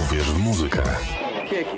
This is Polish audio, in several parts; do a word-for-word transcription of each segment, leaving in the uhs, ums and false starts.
Uwierz w muzykę. Kieki.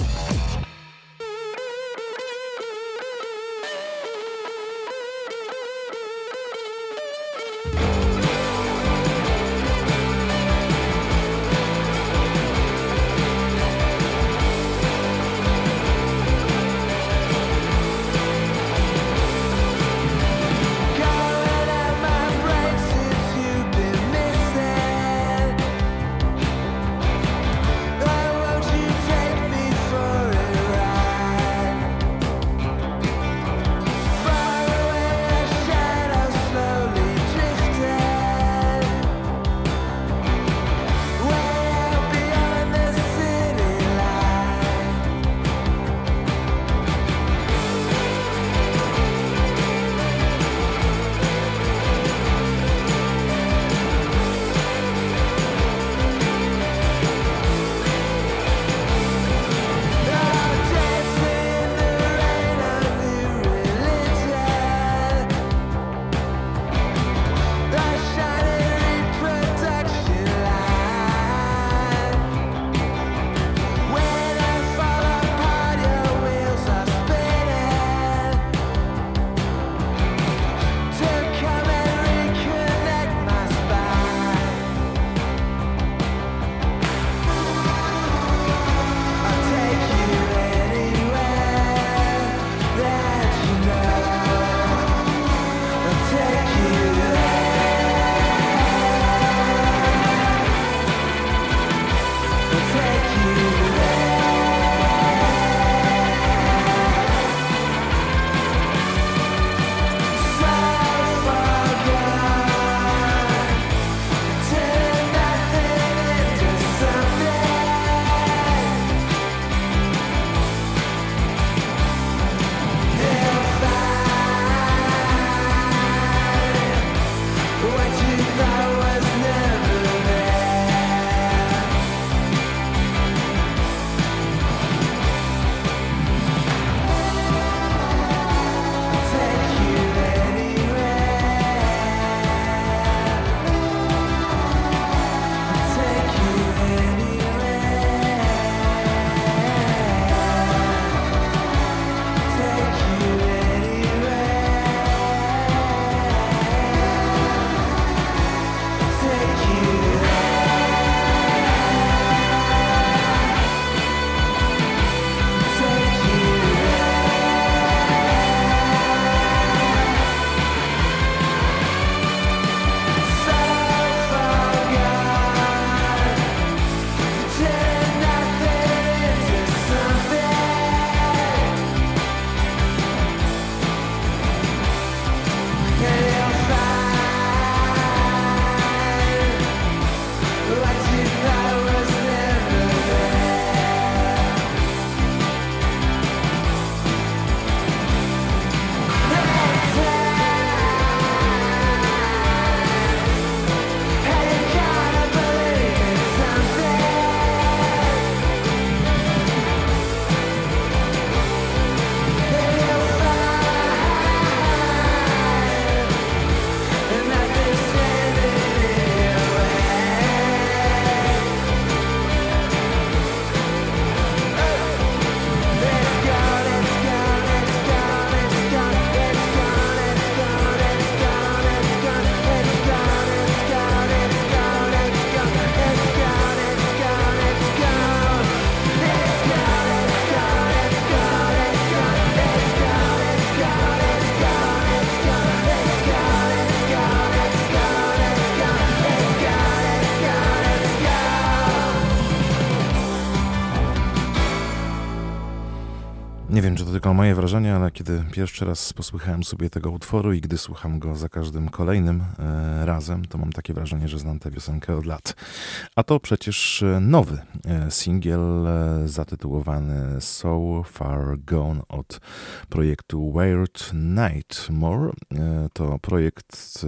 Nie wiem, czy to tylko moje wrażenie, ale kiedy pierwszy raz posłuchałem sobie tego utworu i gdy słucham go za każdym kolejnym e, razem, to mam takie wrażenie, że znam tę piosenkę od lat. A to przecież nowy e, singiel e, zatytułowany So Far Gone od projektu Weird Nightmare. E, to projekt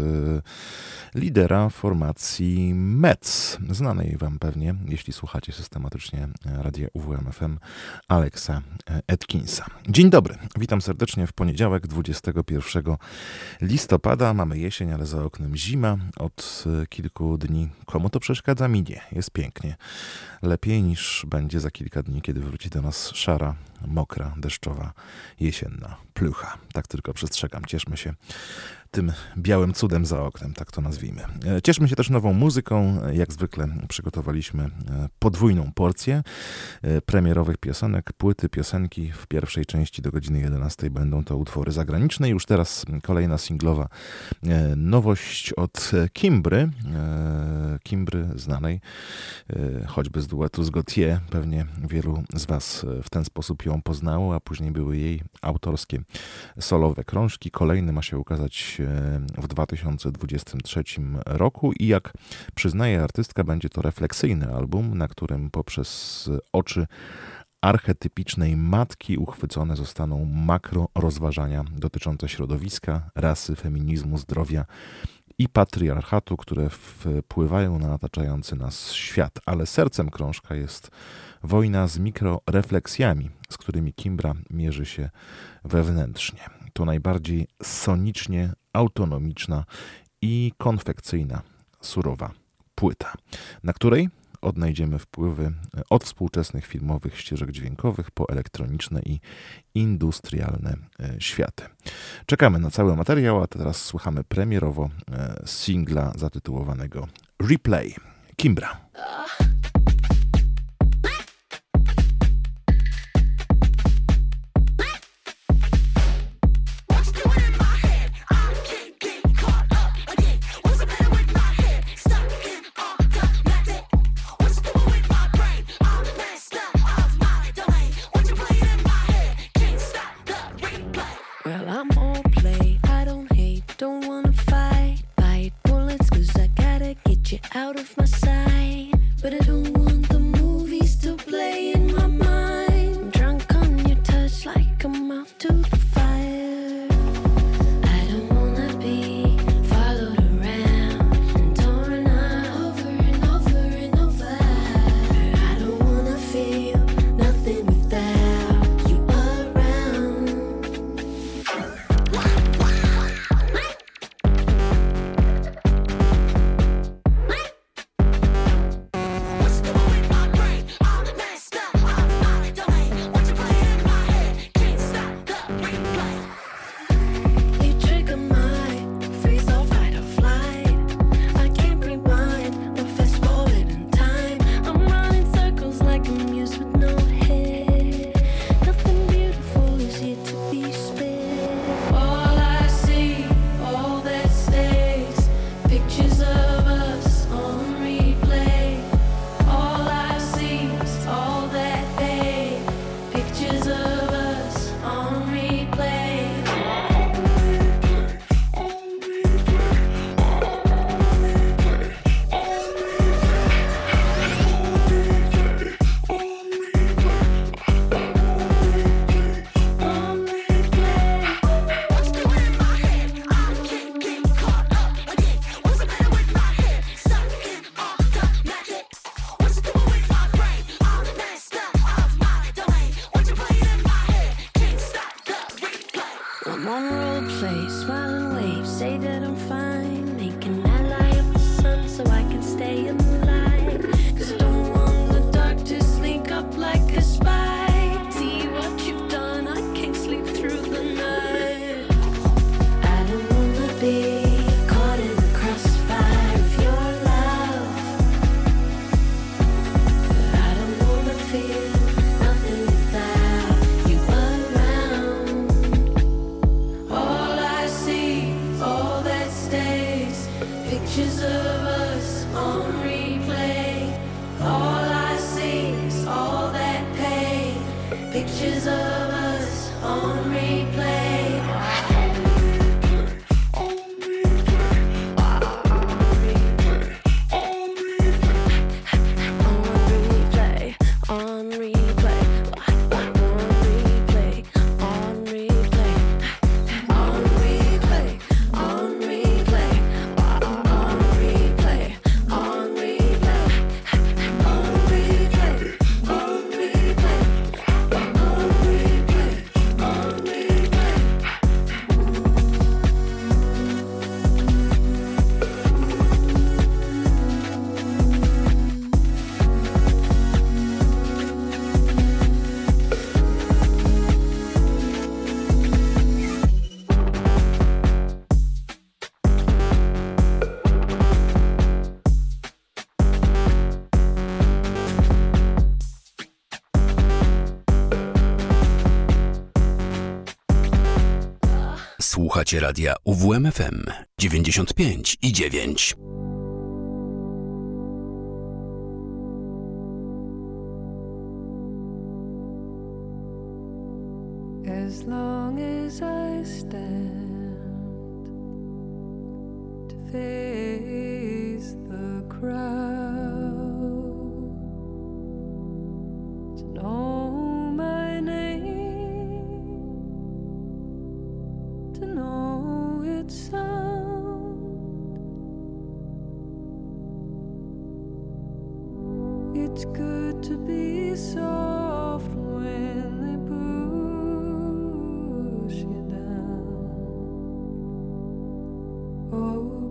e, lidera formacji Metz, znanej wam pewnie, jeśli słuchacie systematycznie radia U W M F M, Alexa Atkins. Jamesa. Dzień dobry, witam serdecznie w poniedziałek, dwudziestego pierwszego listopada. Mamy jesień, ale za oknem zima. Od kilku dni komu to przeszkadza? Mi nie. Jest pięknie. Lepiej niż będzie za kilka dni, kiedy wróci do nas szara, mokra, deszczowa, jesienna plucha. Tak tylko przestrzegam. Cieszmy się tym białym cudem za oknem, tak to nazwijmy. Cieszmy się też nową muzyką. Jak zwykle przygotowaliśmy podwójną porcję premierowych piosenek, płyty, piosenki. W pierwszej części do godziny jedenastej będą to utwory zagraniczne. Już teraz kolejna singlowa nowość od Kimbry. Kimbry znanej choćby z duetu z Gautier. Pewnie wielu z Was w ten sposób ją poznało, a później były jej autorskie solowe krążki. Kolejny ma się ukazać w dwa tysiące dwudziestym trzecim roku i jak przyznaje artystka, będzie to refleksyjny album, na którym poprzez oczy archetypicznej matki uchwycone zostaną makro rozważania dotyczące środowiska, rasy, feminizmu, zdrowia i patriarchatu, które wpływają na otaczający nas świat. Ale sercem krążka jest wojna z mikrorefleksjami, z którymi Kimbra mierzy się wewnętrznie. To najbardziej sonicznie autonomiczna i konfekcyjna, surowa płyta, na której odnajdziemy wpływy od współczesnych filmowych ścieżek dźwiękowych po elektroniczne i industrialne światy. Czekamy na cały materiał, a teraz słuchamy premierowo singla zatytułowanego Replay. Kimbra. Out of my sight, but it Słuchacie radia U W M F M dziewięćdziesiąt pięć i dziewięć. As long as I stand to face the crowd, to know my name, to know its sound, it's good to be soft when they push you down. Oh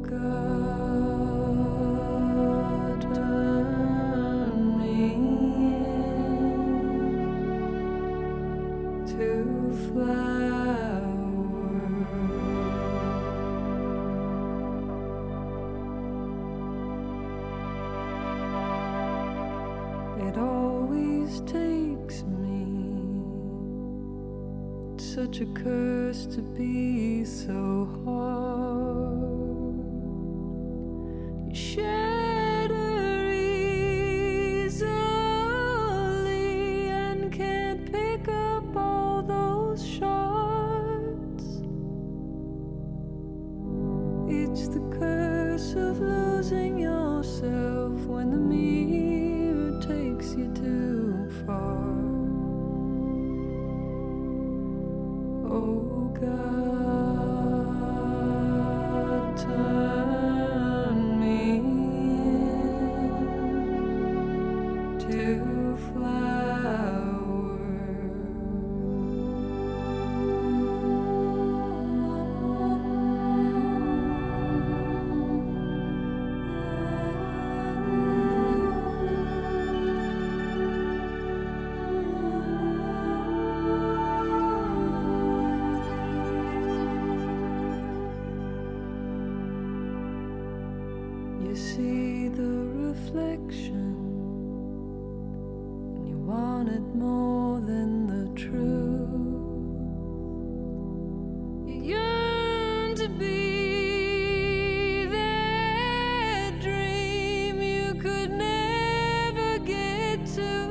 God, turn me into flower. It always takes me, it's such a curse to be so hard. You shatter easily and can't pick up all those shards. It's the curse of losing yourself when the mirror takes you too far. Oh God, turn me into flower. You see the reflection and you want it more than the truth. You yearn to be that dream you could never get to,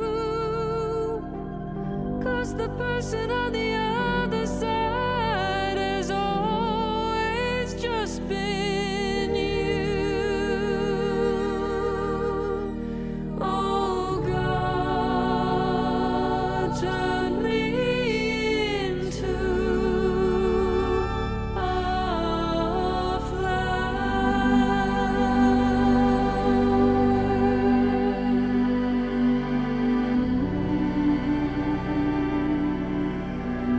'cause the person on the other side has always just been you. Oh God, turn me into a flower.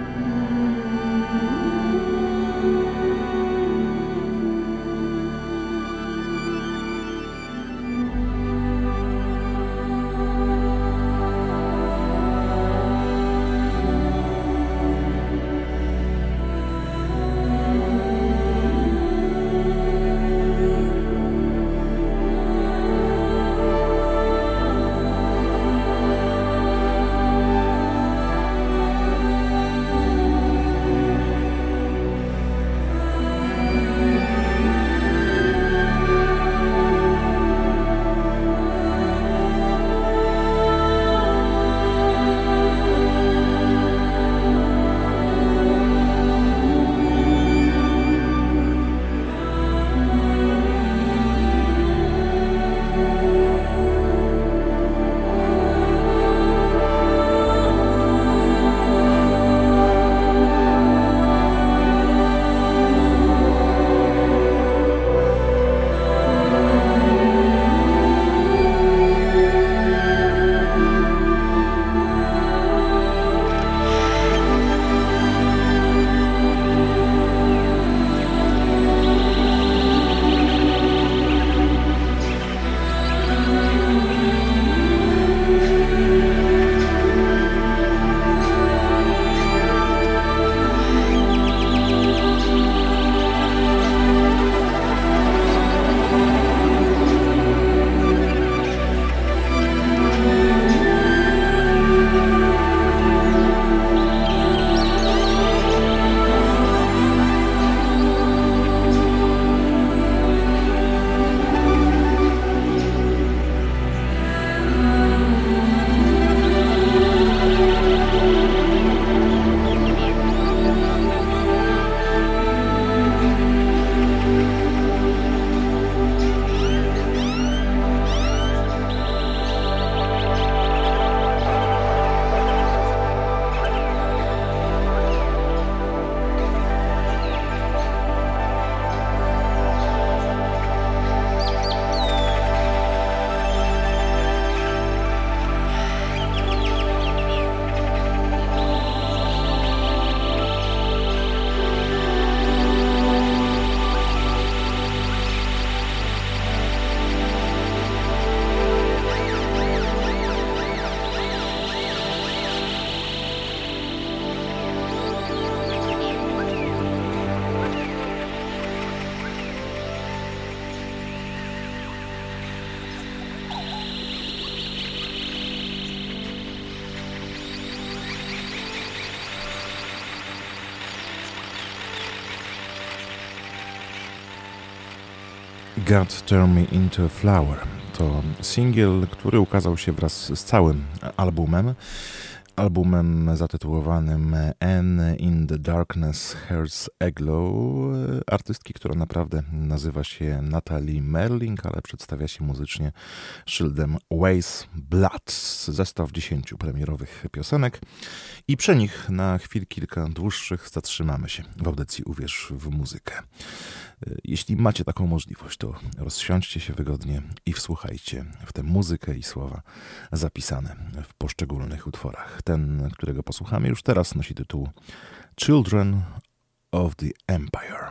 God Turn Me Into a Flower. To singiel, który ukazał się wraz z całym albumem. Albumem zatytułowanym And in the Darkness Hearts Aglow, artystki, która naprawdę nazywa się Natalie Merling, ale przedstawia się muzycznie szyldem Ways Blood. Zestaw dziesięciu premierowych piosenek i przy nich na chwil kilka dłuższych zatrzymamy się w audycji Uwierz w muzykę. Jeśli macie taką możliwość, to rozsiądźcie się wygodnie i wsłuchajcie w tę muzykę i słowa zapisane w poszczególnych utworach. Ten, którego posłuchamy już teraz, nosi tytuł Children of the Empire.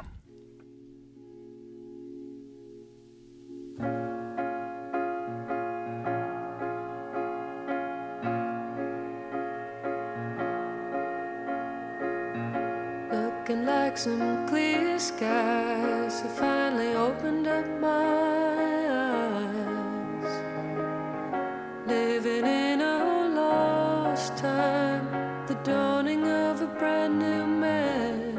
Looking like some clear skies have finally opened up my eyes. Living in a lost time, the dawning of a brand new man.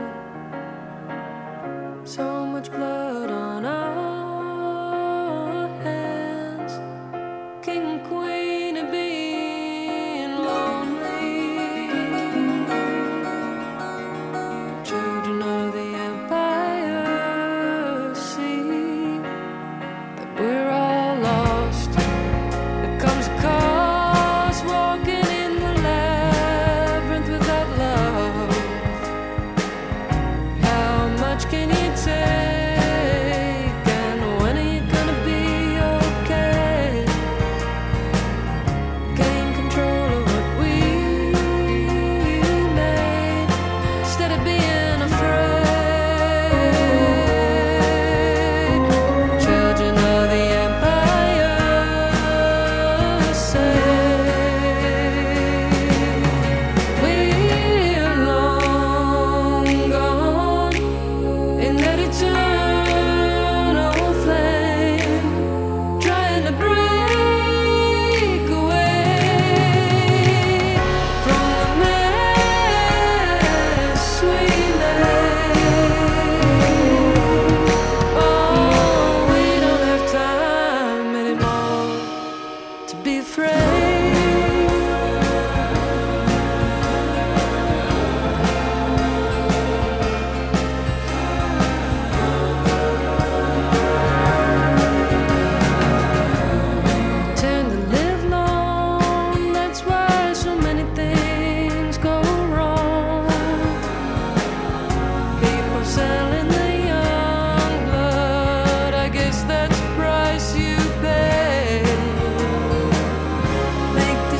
So much blood on our hands, king and queen of being lonely. Children of the empire see that we're all lost. There comes a cost walking in the labyrinth without love. How much can you take, and when are you gonna be okay? Gain control of what we made instead of being afraid. Children of the empire say we're long gone in that eternal flame, trying to break away from the mess we made. Oh, we don't have time anymore to be afraid. Tend to live long, that's why so many things go wrong. People selling the young blood, I guess that's the price you pay. Make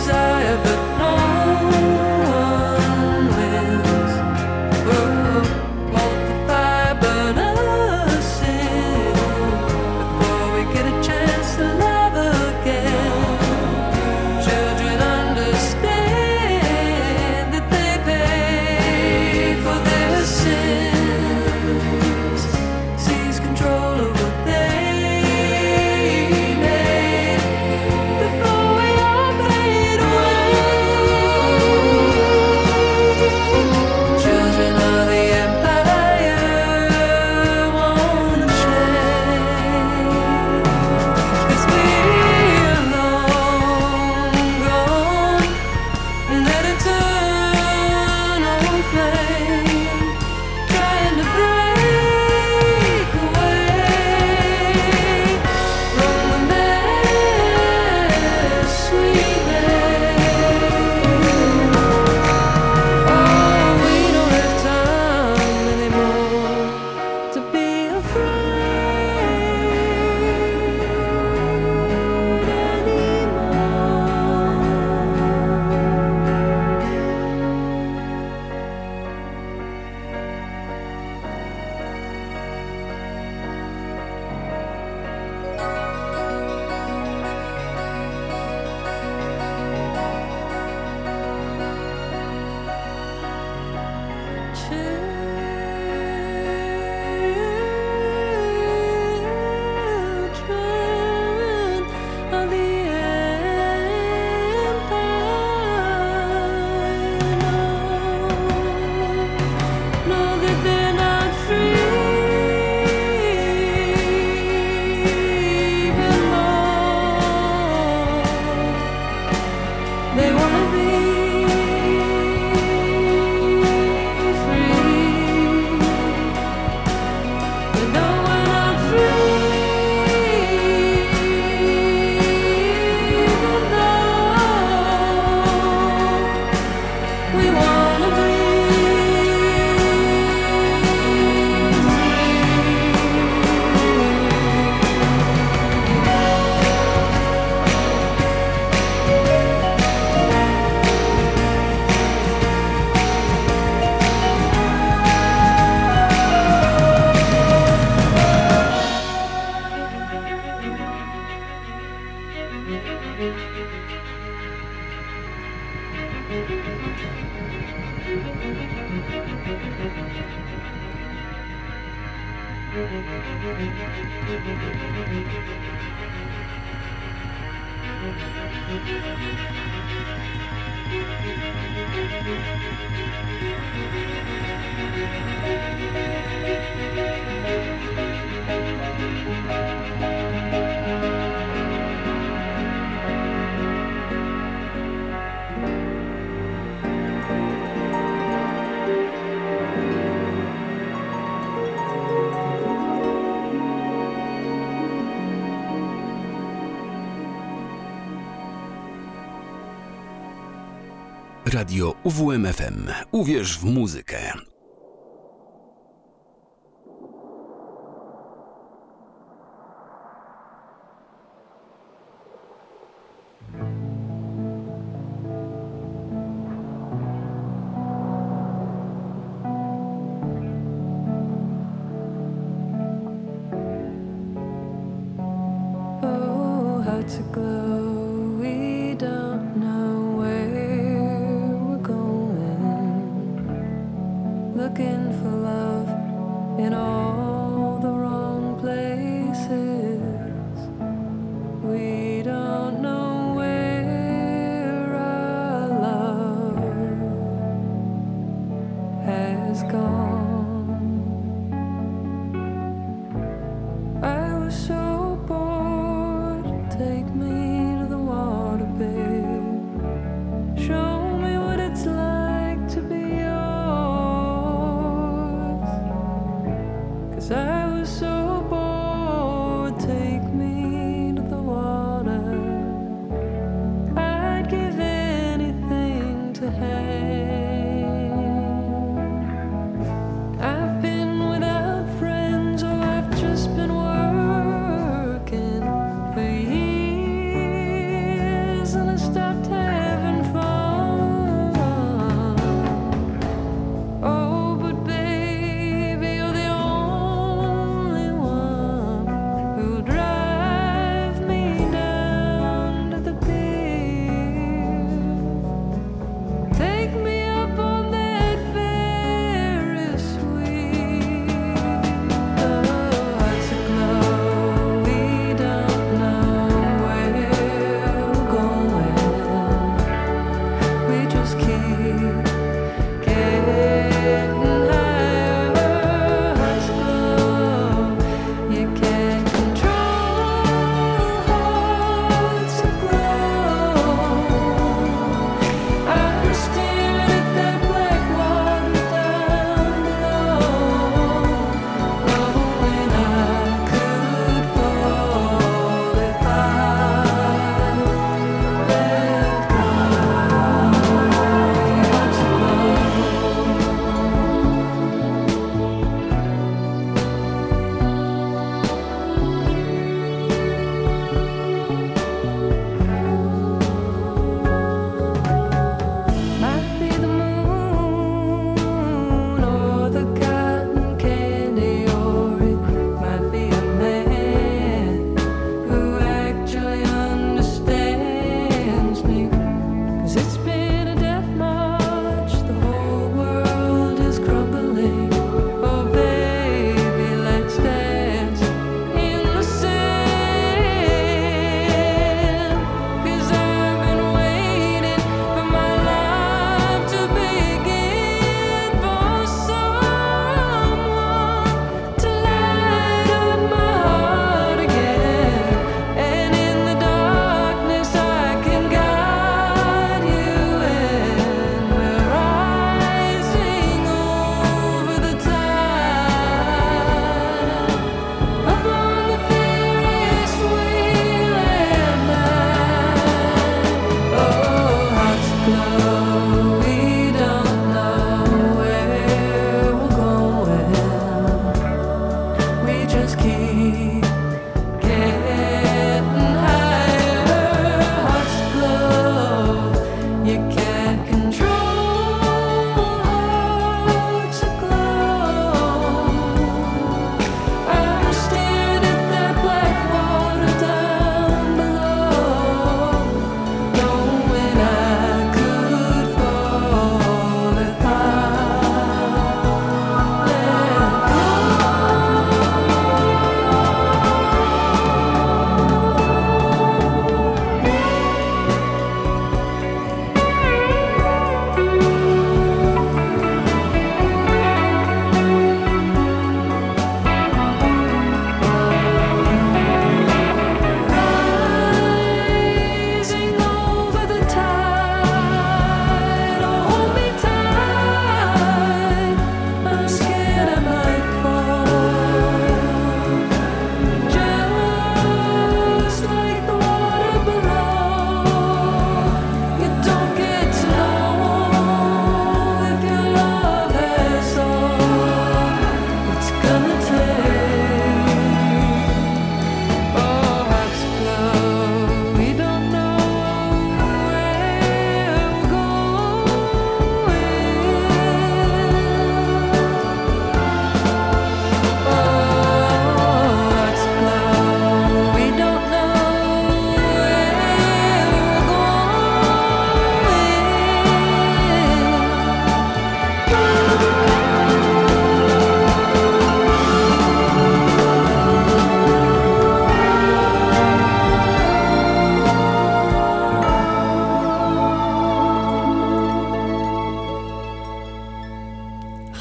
Radio U W M F M. Uwierz w muzykę. Oh, hearts aglow, we don't know where we're going.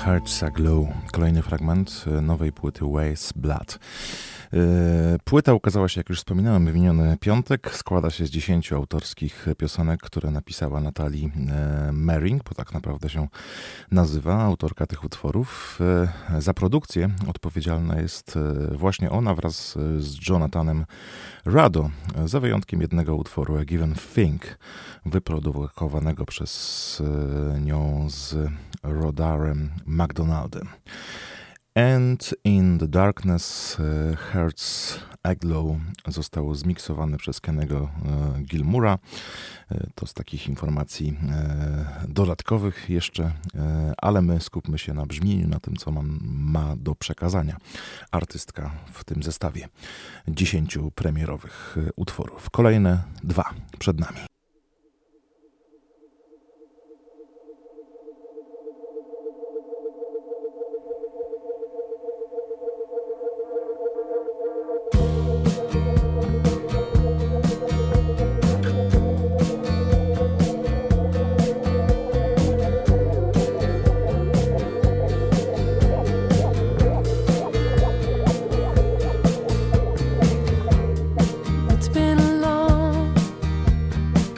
Hearts Aglow. Kolejny fragment nowej płyty Ways Blood. Płyta ukazała się, jak już wspominałem, w miniony piątek. Składa się z dziesięciu autorskich piosenek, które napisała Natalie Merring, bo tak naprawdę się nazywa, autorka tych utworów. Za produkcję odpowiedzialna jest właśnie ona wraz z Jonathanem Rado, za wyjątkiem jednego utworu A Given Thing, wyprodukowanego przez nią z Rodarem McDonaldem. And in the Darkness uh, Hearts Aglow został zmiksowany przez Kennego uh, Gilmoura. Uh, to z takich informacji uh, dodatkowych jeszcze, uh, ale my skupmy się na brzmieniu, na tym, co mam, ma do przekazania artystka w tym zestawie dziesięciu premierowych uh, utworów. Kolejne dwa przed nami. It's been a long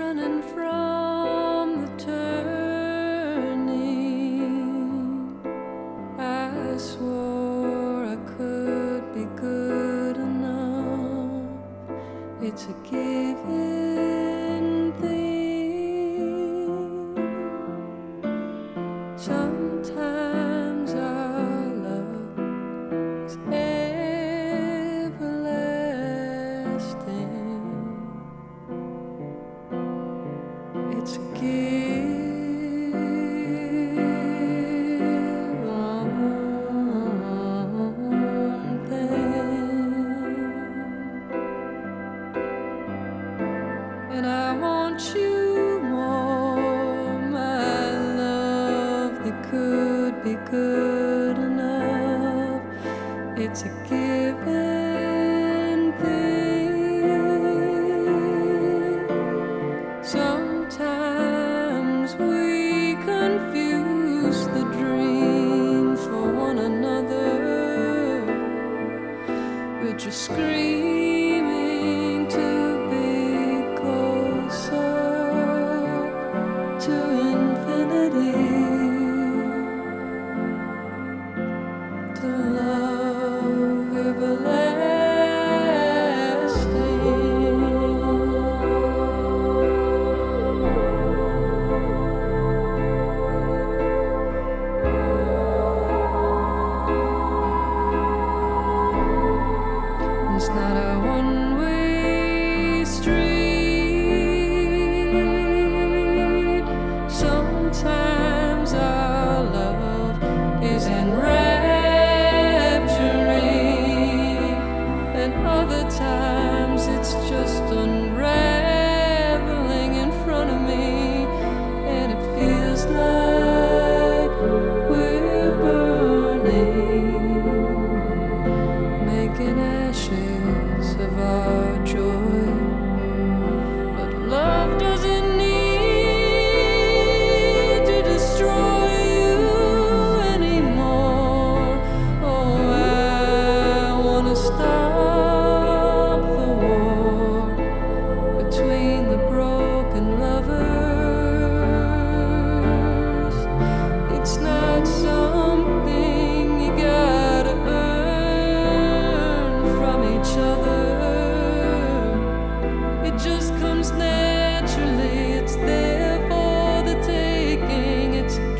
running from the turning. I swore I could be good enough. It's a given thing. Sometimes our love is everlasting. It's a given thing. And I want you more, my love, that could be good enough. It's a given thing. Sometimes we confuse the dream for one another. We're just screaming to be closer to infinity, to love everlasting. It's not a one-way street. Sometimes our love is enrapturing, and other times it's just unraveling in front of me, and it feels like we're burning, making ashes of our joy. But love doesn't need to destroy you anymore. Oh, I wanna stop the war between the broken lovers. It's not something you gotta earn from each other. It just comes naturally. It's there for the taking. It's a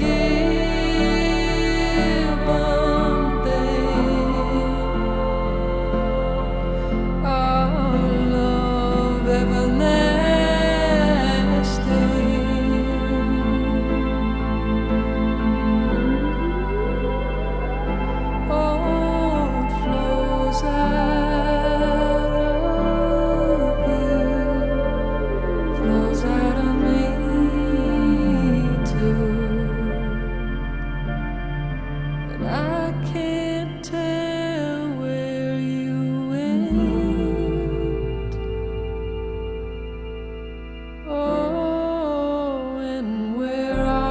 given thing. Our love everlasting. Oh, it flows out of you, flows out of me too. And I can't tell where you went, oh, and where I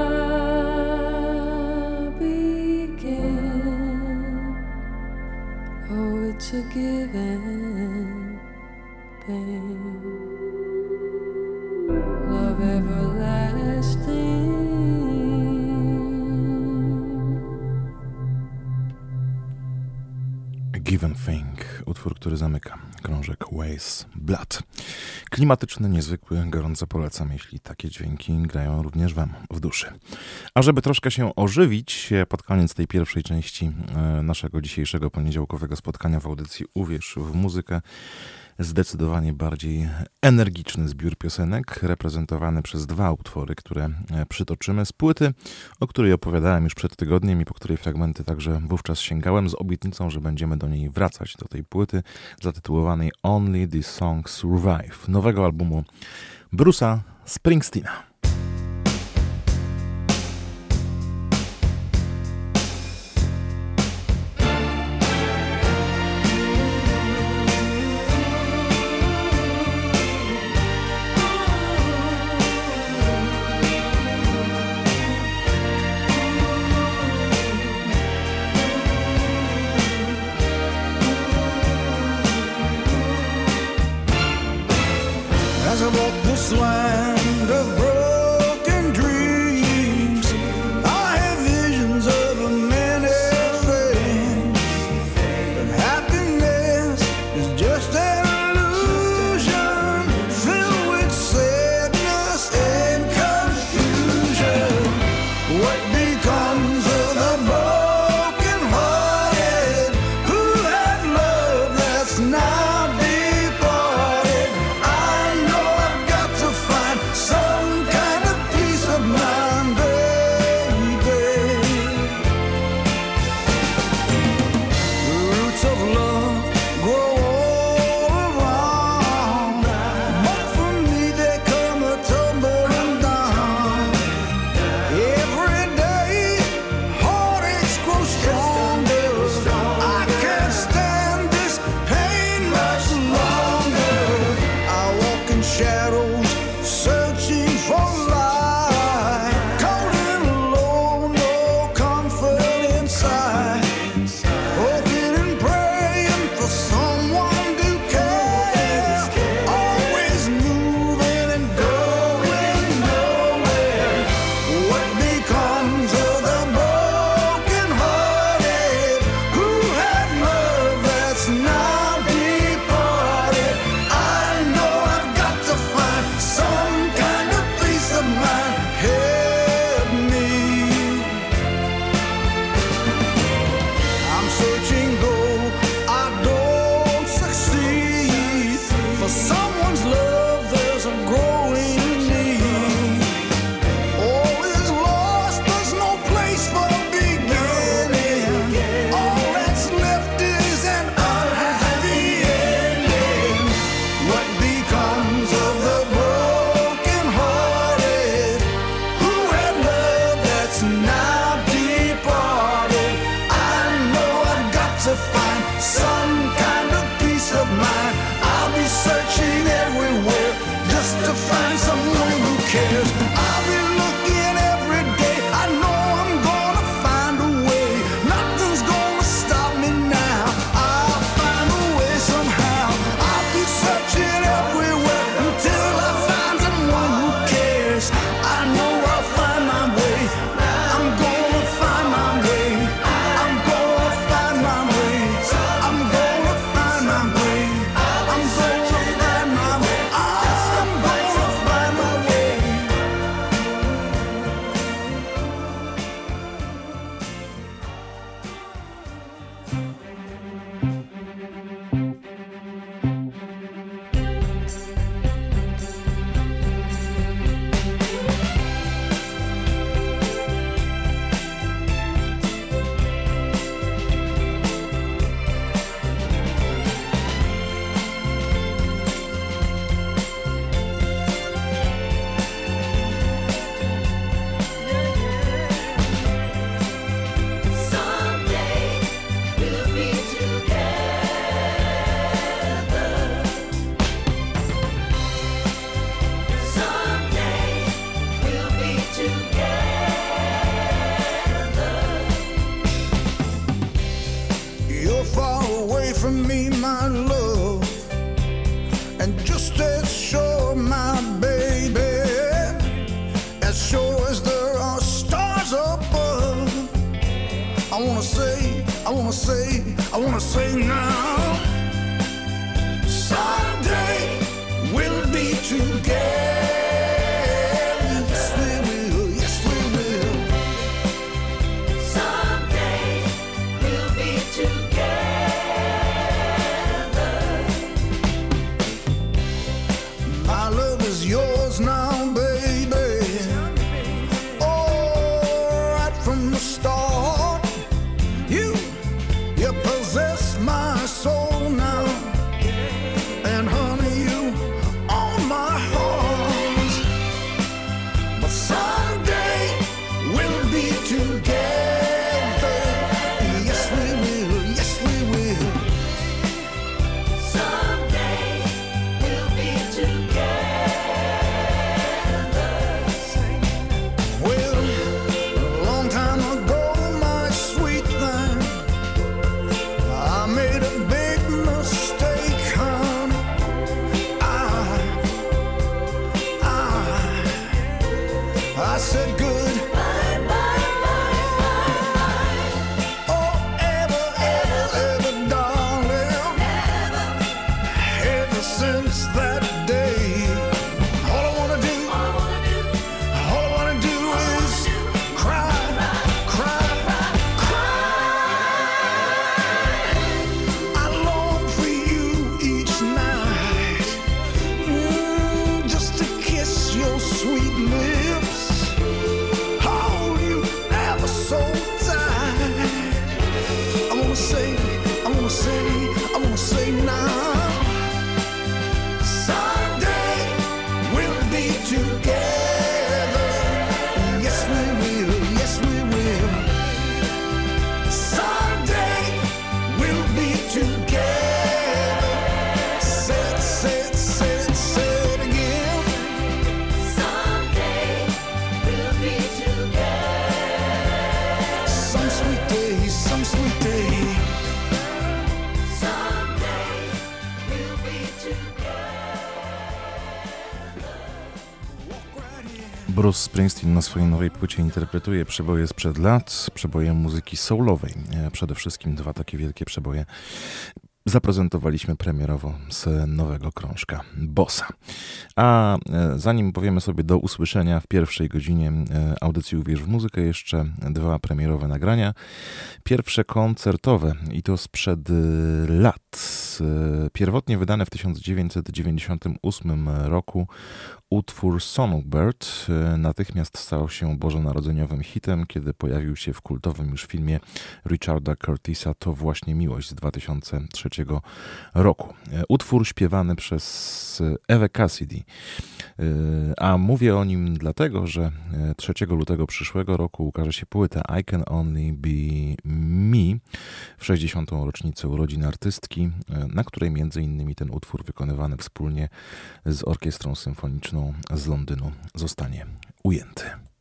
begin. Oh, it's a given thing. Love everlasting. Given Thing, utwór, który zamyka krążek Ways Blood. Klimatyczny, niezwykły, gorąco polecam, jeśli takie dźwięki grają również wam w duszy. A żeby troszkę się ożywić, pod koniec tej pierwszej części naszego dzisiejszego poniedziałkowego spotkania w audycji Uwierz w muzykę, zdecydowanie bardziej energiczny zbiór piosenek, reprezentowany przez dwa utwory, które przytoczymy z płyty, o której opowiadałem już przed tygodniem i po której fragmenty także wówczas sięgałem, z obietnicą, że będziemy do niej wracać, do tej płyty zatytułowanej Only These Songs Survive, nowego albumu Bruce'a Springsteena. As I walk this land of broken dreams, I have visions of a many friends. But happiness is just an illusion, filled with sadness and confusion. What becomes of the broken hearted who had love that's now departed? I know I've got to find some kind of peace of mind, baby. The roots of love grow all around, but for me they come a tumbling down. Every day, heartaches grow stronger. I can't stand this pain much longer. I walk in shadows, searching for light. Cold and alone, no comfort inside. Hoping and praying for someone to care. Always moving and going nowhere. What becomes of the broken hearted who had love that's now departed? I know I've got to find some kind of peace of mind. Help me. I'm searching though I don't succeed. For someone's love there's a growing need. All is lost, there's no place for beginning. All that's left is an unhappy ending. What becomes of the broken hearted who had love that's now departed? I know I've got to find some kind of peace of mind. I'll be searching everywhere just to find someone who cares. I'll be looking every day. I know I'm gonna find a way. Nothing's gonna stop me now. I'll find a way somehow. I'll be searching everywhere until I find someone who cares. I know I'll find my way. I'm gonna find my way. I'm gonna find my way. I'm gonna find my way. I'm gonna find my way. I'm gonna find my way. Someday we'll be together. Someday we'll be together. You're far away from me, my love, and just as sure, my baby, as sure as there are stars above. I wanna say, I wanna say, I wanna say now. Someday we'll be together. Yes, we will. Yes, we will. Someday we'll be together. My love is yours now, baby. Oh, right from the start, you, you possess my soul now, and honey, you own my heart. together. Yes, we will, yes, we will. Someday we'll be together. Say it, say it, say it, say it again. Someday we'll be together. Some sweet day, some sweet day. Someday we'll be together. Bruce Springsteen na swojej nowej płycie interpretuje przeboje sprzed lat, przeboje muzyki soulowej. E, Przede wszystkim dwa takie wielkie przeboje zaprezentowaliśmy premierowo z nowego krążka Bossa. A e, zanim powiemy sobie do usłyszenia w pierwszej godzinie e, audycji Uwierz w muzykę, jeszcze dwa premierowe nagrania. Pierwsze koncertowe i to sprzed e, lat. E, Pierwotnie wydane w tysiąc dziewięćset dziewięćdziesiątym ósmym roku utwór Songbird e, natychmiast stał się bożonarodzeniowym hitem, kiedy pojawił się w kultowym już filmie Richarda Curtisa To właśnie miłość z dwa tysiące trzeciego roku. E, Utwór śpiewany przez Ewę Cassidy. E, A mówię o nim dlatego, że e, trzeciego lutego przyszłego roku ukaże się płyta I Can Only Be Me w sześćdziesiątą rocznicę urodzin artystki, e, na której między innymi ten utwór wykonywany wspólnie z Orkiestrą Symfoniczną z Londynu zostanie ujęty.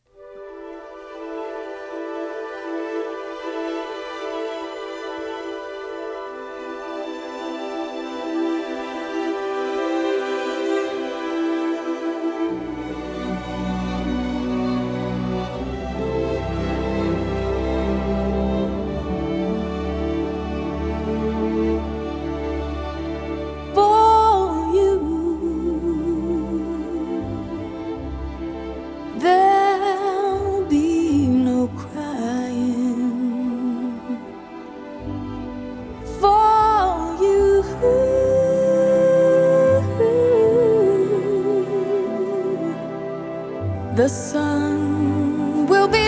For you, there'll be no crying. For you, the sun will be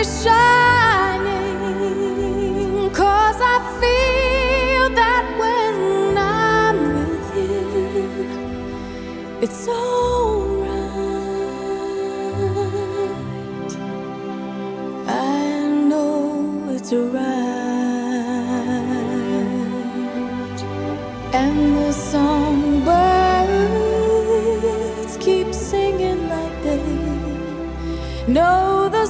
shining, 'cause I feel that when I'm with you, it's alright. I know it's right. And the songbirds keep singing like they know the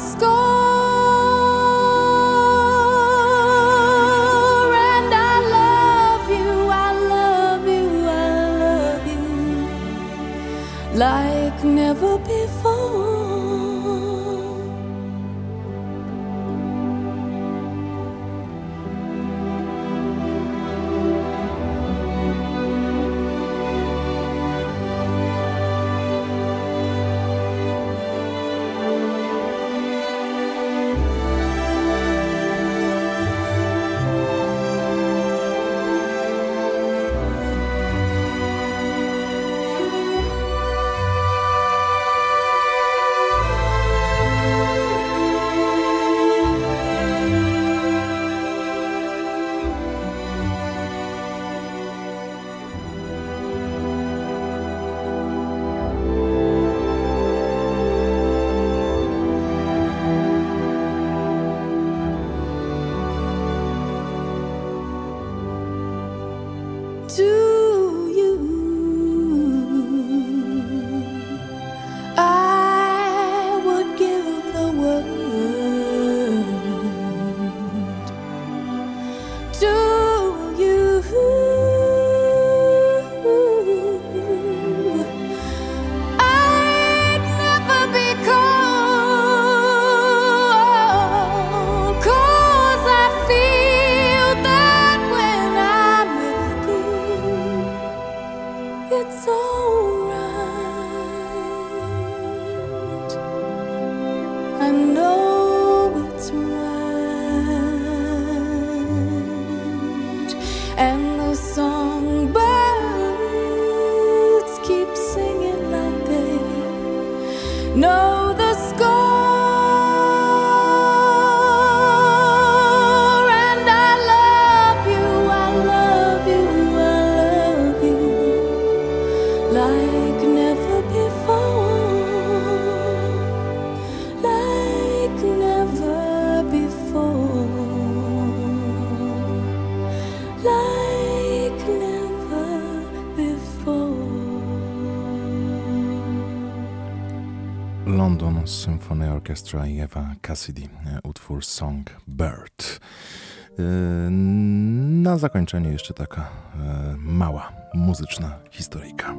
score. And I love you, I love you, I love you like never before. To you, I would give the world. To you, I'd never be cold, 'cause I feel that when I'm with you, it's alright. I know it's right. And the songbirds keep singing like they know the score. And I love you, I love you, I love you like never before. London Symphony Orchestra i Eva Cassidy, utwór Songbird. Na zakończenie jeszcze taka mała muzyczna historyjka.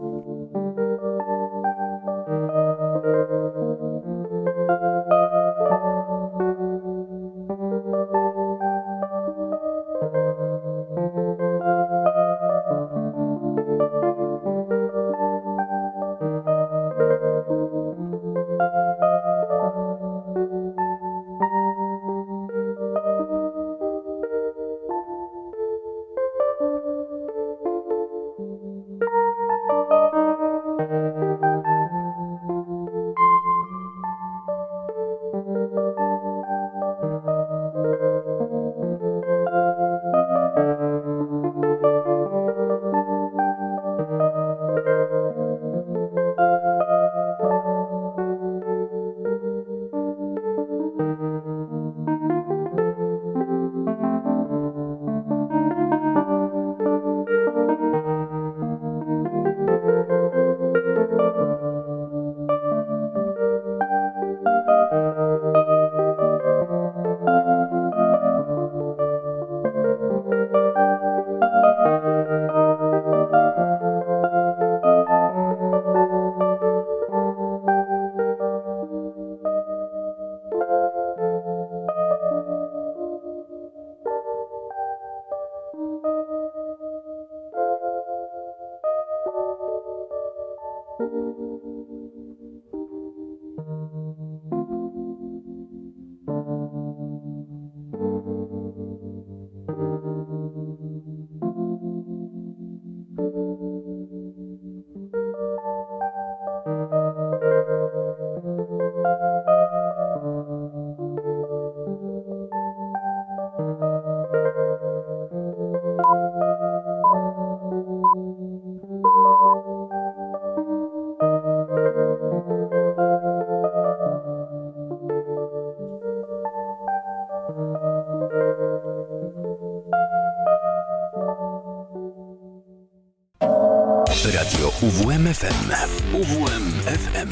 Radio U W M F M. U W M F M.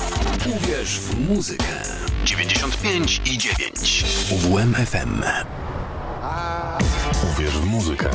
Uwierz w muzykę. dziewięćdziesiąt pięć i dziewięć. U W M F M. Uwierz w muzykę.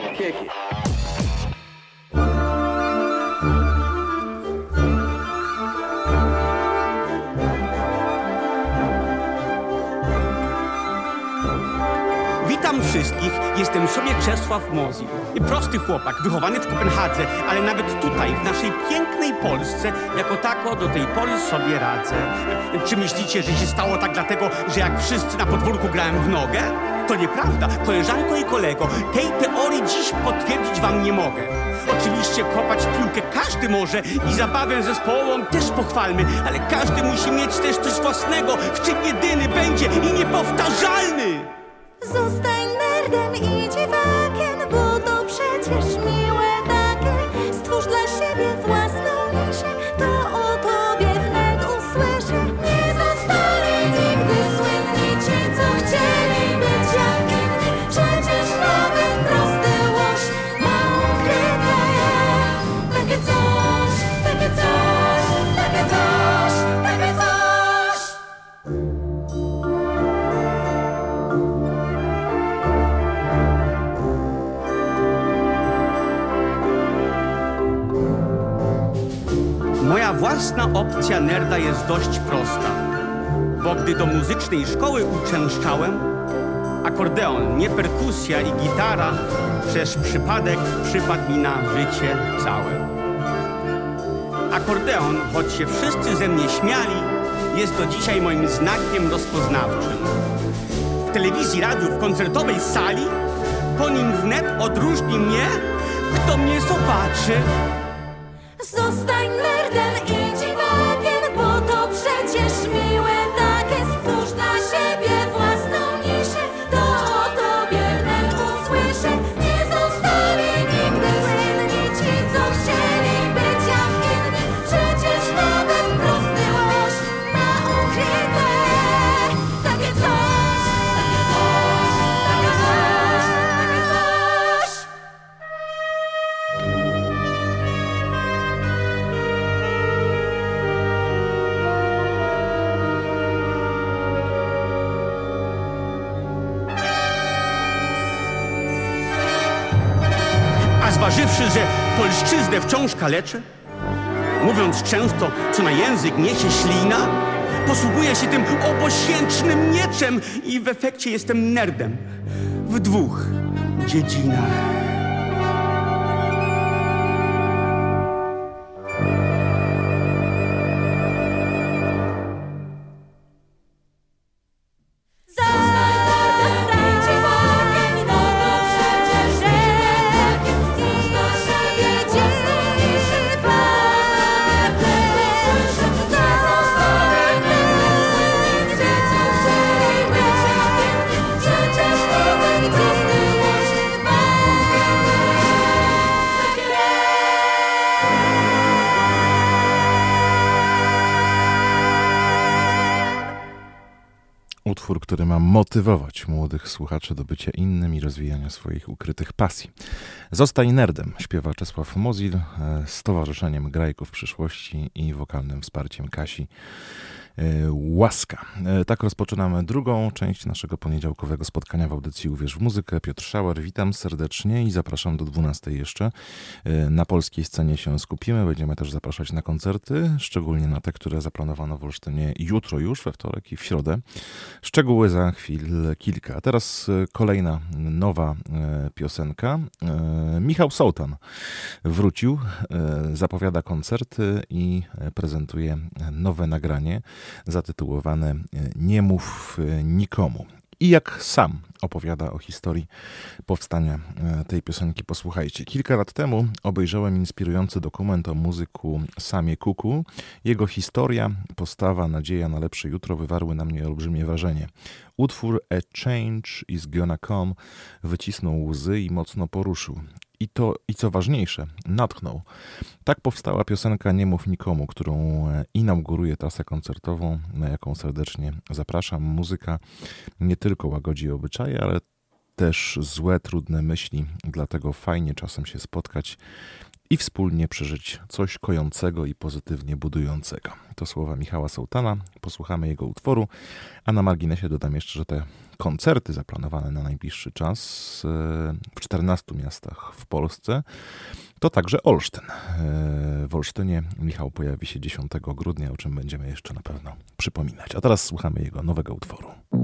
Witam wszystkich, jestem sobie Czesław Mozil. Prosty chłopak, wychowany w Kopenhadze, ale nawet tutaj, w naszej pięknej Polsce, jako tako do tej pory sobie radzę. Czy myślicie, że się stało tak dlatego, że jak wszyscy na podwórku grałem w nogę? To nieprawda, koleżanko i kolego, tej teorii dziś potwierdzić wam nie mogę. Oczywiście kopać piłkę każdy może i zabawę zespołową też pochwalmy, ale każdy musi mieć też coś własnego, w czym jedyny będzie i niepowtarzalny. Zostań nerdem i dziwakiem, bo to przecież miłe takie. Stwórz dla siebie własną niszę, to o tobie wnet usłyszę. Nie zostali nigdy słynni ci, co chcieli być jak inni. Przecież nawet prosty łoś ma ukryte takie coś, takie coś, takie coś, takie coś. Moja własna opcja nerda jest dość prosta, bo gdy do muzycznej szkoły uczęszczałem, akordeon, nie perkusja i gitara, przez przypadek przypadł mi na życie całe. Akordeon, choć się wszyscy ze mnie śmiali, jest do dzisiaj moim znakiem rozpoznawczym. W telewizji, radiu, w koncertowej sali, po nim wnet odróżni mnie, kto mnie zobaczy. Zostań nerdem i dziwakiem, bo to przecież miłe takie. Stwórz dla siebie własną niszę, to o tobie wnet usłyszę. Nie zostali nigdy słynni ci, co chcieli być jak inni. Przecież nawet prosty łoś ma ukryte takie coś, takie coś, takie coś, takie coś. słyszy, że polszczyznę wciąż kaleczę? Mówiąc często, co na język niesie ślina, posługuję się tym obosięcznym mieczem i w efekcie jestem nerdem w dwóch dziedzinach. Utwór, który ma motywować młodych słuchaczy do bycia innym i rozwijania swoich ukrytych pasji. Zostań nerdem, śpiewa Czesław Mozil z Towarzyszeniem Grajków Przyszłości i wokalnym wsparciem Kasi Łaska. Tak rozpoczynamy drugą część naszego poniedziałkowego spotkania w audycji Uwierz w muzykę. Piotr Szauer, witam serdecznie i zapraszam do dwunastej jeszcze. Na polskiej scenie się skupimy, będziemy też zapraszać na koncerty, szczególnie na te, które zaplanowano w Olsztynie jutro już, we wtorek i w środę. Szczegóły za chwil kilka. A teraz kolejna nowa piosenka. Michał Sołtan wrócił, zapowiada koncerty i prezentuje nowe nagranie zatytułowane Nie mów nikomu. I jak sam opowiada o historii powstania tej piosenki, posłuchajcie. Kilka lat temu obejrzałem inspirujący dokument o muzyku Samie Kuku. Jego historia, postawa, nadzieja na lepsze jutro wywarły na mnie olbrzymie wrażenie. Utwór A Change Is Gonna Come wycisnął łzy i mocno poruszył. I to, i co ważniejsze, natchnął. Tak powstała piosenka Nie mów nikomu, którą inauguruje trasę koncertową, na jaką serdecznie zapraszam. Muzyka nie tylko łagodzi obyczaje, ale też złe, trudne myśli. Dlatego fajnie czasem się spotkać i wspólnie przeżyć coś kojącego i pozytywnie budującego. To słowa Michała Sołtana. Posłuchamy jego utworu, a na marginesie dodam jeszcze, że te koncerty zaplanowane na najbliższy czas w czternastu miastach w Polsce to także Olsztyn. W Olsztynie Michał pojawi się dziesiątego grudnia, o czym będziemy jeszcze na pewno przypominać. A teraz słuchamy jego nowego utworu.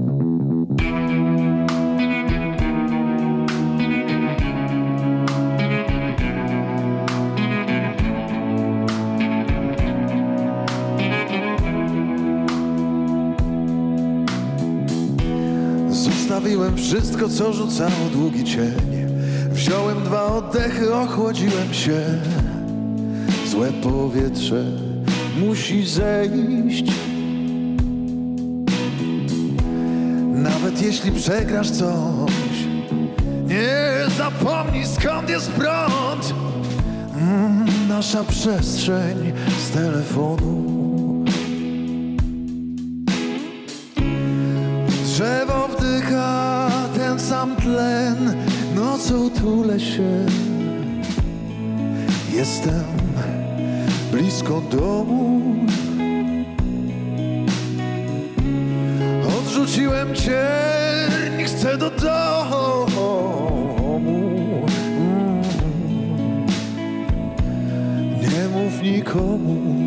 Zostawiłem wszystko, co rzucało długi cień. Wziąłem dwa oddechy, ochłodziłem się. Złe powietrze musi zejść. Nawet jeśli przegrasz coś, nie zapomnij, skąd jest prąd. Mm, nasza przestrzeń z telefonu. Drzewo wdycha ten sam tlen, nocą tulę się. Jestem blisko domu. Odrzuciłem cień, chcę do domu. Nie mów nikomu.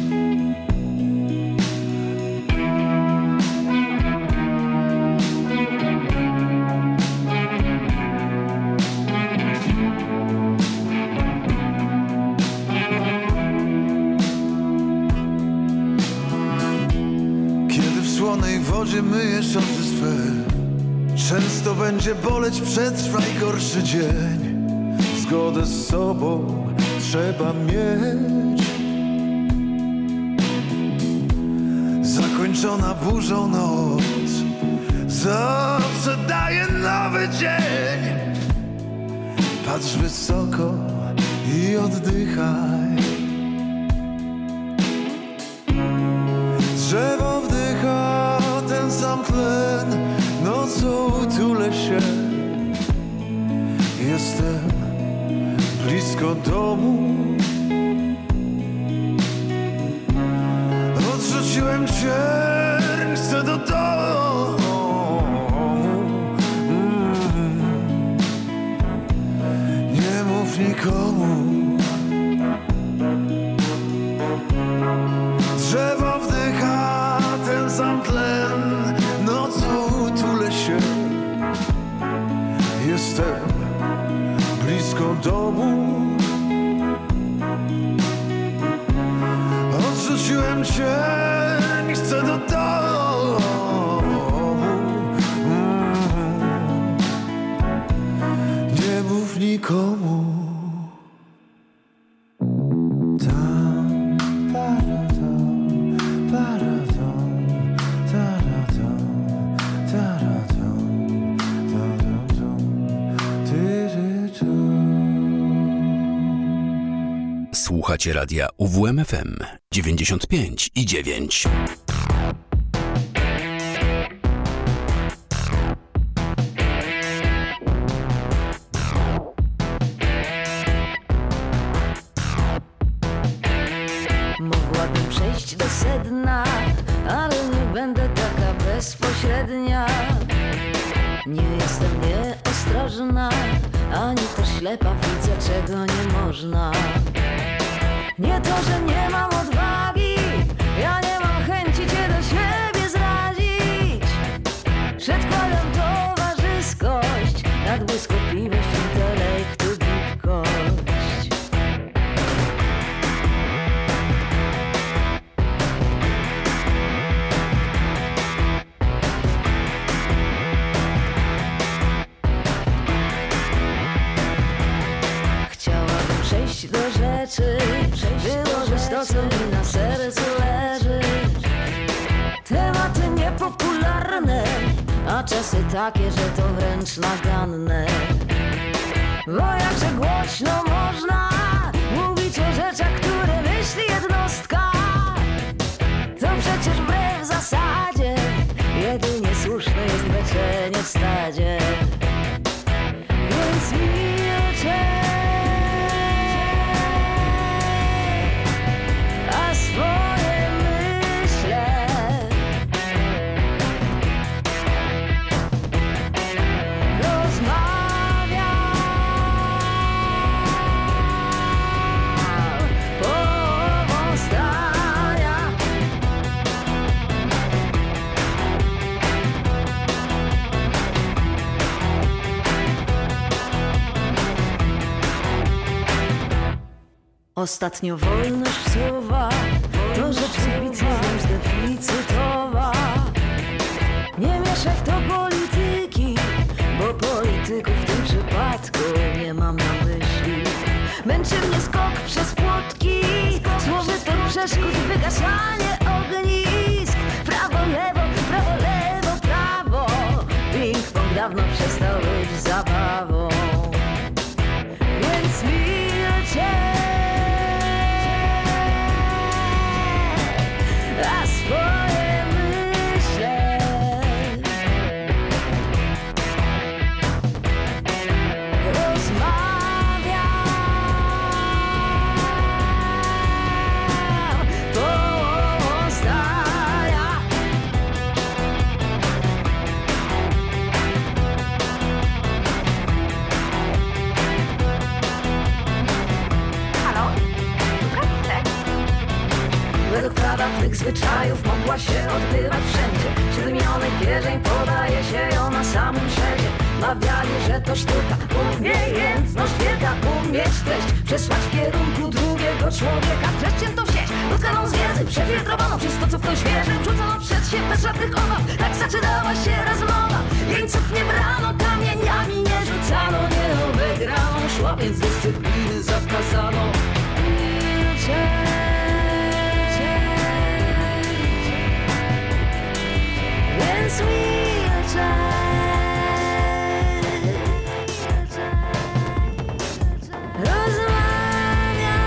Myję szoty swe. Często będzie boleć, przetrwaj gorszy dzień. Zgodę z sobą trzeba mieć. Zakończona burzą noc zawsze daje nowy dzień. Patrz wysoko i oddychaj. Drzewo wdycha ten sam tlen, nocą tulę się. Jestem blisko domu. Odrzuciłem cień, chcę do domu. Mm. Nie mów nikomu. nikomu. Drzewo wdycha ten sam tlen, nocą tulę się. Jestem blisko domu. Odrzuciłem cię, nie chcę do domu. Nie mów nikomu. Słuchacie radia U W M F M dziewięćdziesiąt pięć i dziewięć. Mogłabym przejść do sedna, ale nie będę taka bezpośrednia. Nie jestem nieostrożna, ani też ślepa, widzę czego nie można. Nie to, że nie mam odwagi, ja nie mam chęci cię do siebie zrazić. Przedkładam towarzyskość, nadbłyskotliwość, intelektu, gibkość. Chciałabym przejść do rzeczy, wyłożyć to, co mi na sercu leży. Tematy niepopularne, a czasy takie, że to wręcz naganne. Bo jakże głośno można mówić o rzeczach, które myśli jednostka. To przecież wbrew zasadzie jedynie słuszne jest beczenie w stadzie. Więc milczę, a swoje myślę. Rozmawiam połową zdania. Ostatnio wolność słowa to rzecz wybitna, deficytowa. Nie mieszaj w to polityki, bo polityków w tym przypadku nie mam na myśli. Męczy mnie skok przez płotki, słowystych przeszkód, wygaszanie ognisk. Prawo, lewo, prawo, lewo, prawo. Ping-pong dawno przestał być zabawą. Więc milczę, a swoje myślę. Rozmawiam połową zdania. Halo? Według prawa tych zwyczajów mogła się odbywać wszędzie. Wśród minionych wierzeń podaje się ją na samym szerzie. Mawiali, że to sztuka, umiejętność wielka, umieć treść przesłać w kierunku drugiego człowieka. Treściem to w sieć, utkaną z wiedzy, przefiltrowaną przez to, co w ktoś wierzy. Wrzucono przed się bez żadnych obaw, tak zaczynała się rozmowa. Jeńców nie brano, kamieniami nie rzucano, nie o wygraną szła, więc dyscypliny zakazano. Milczę. Więc milczę. Rozmawiam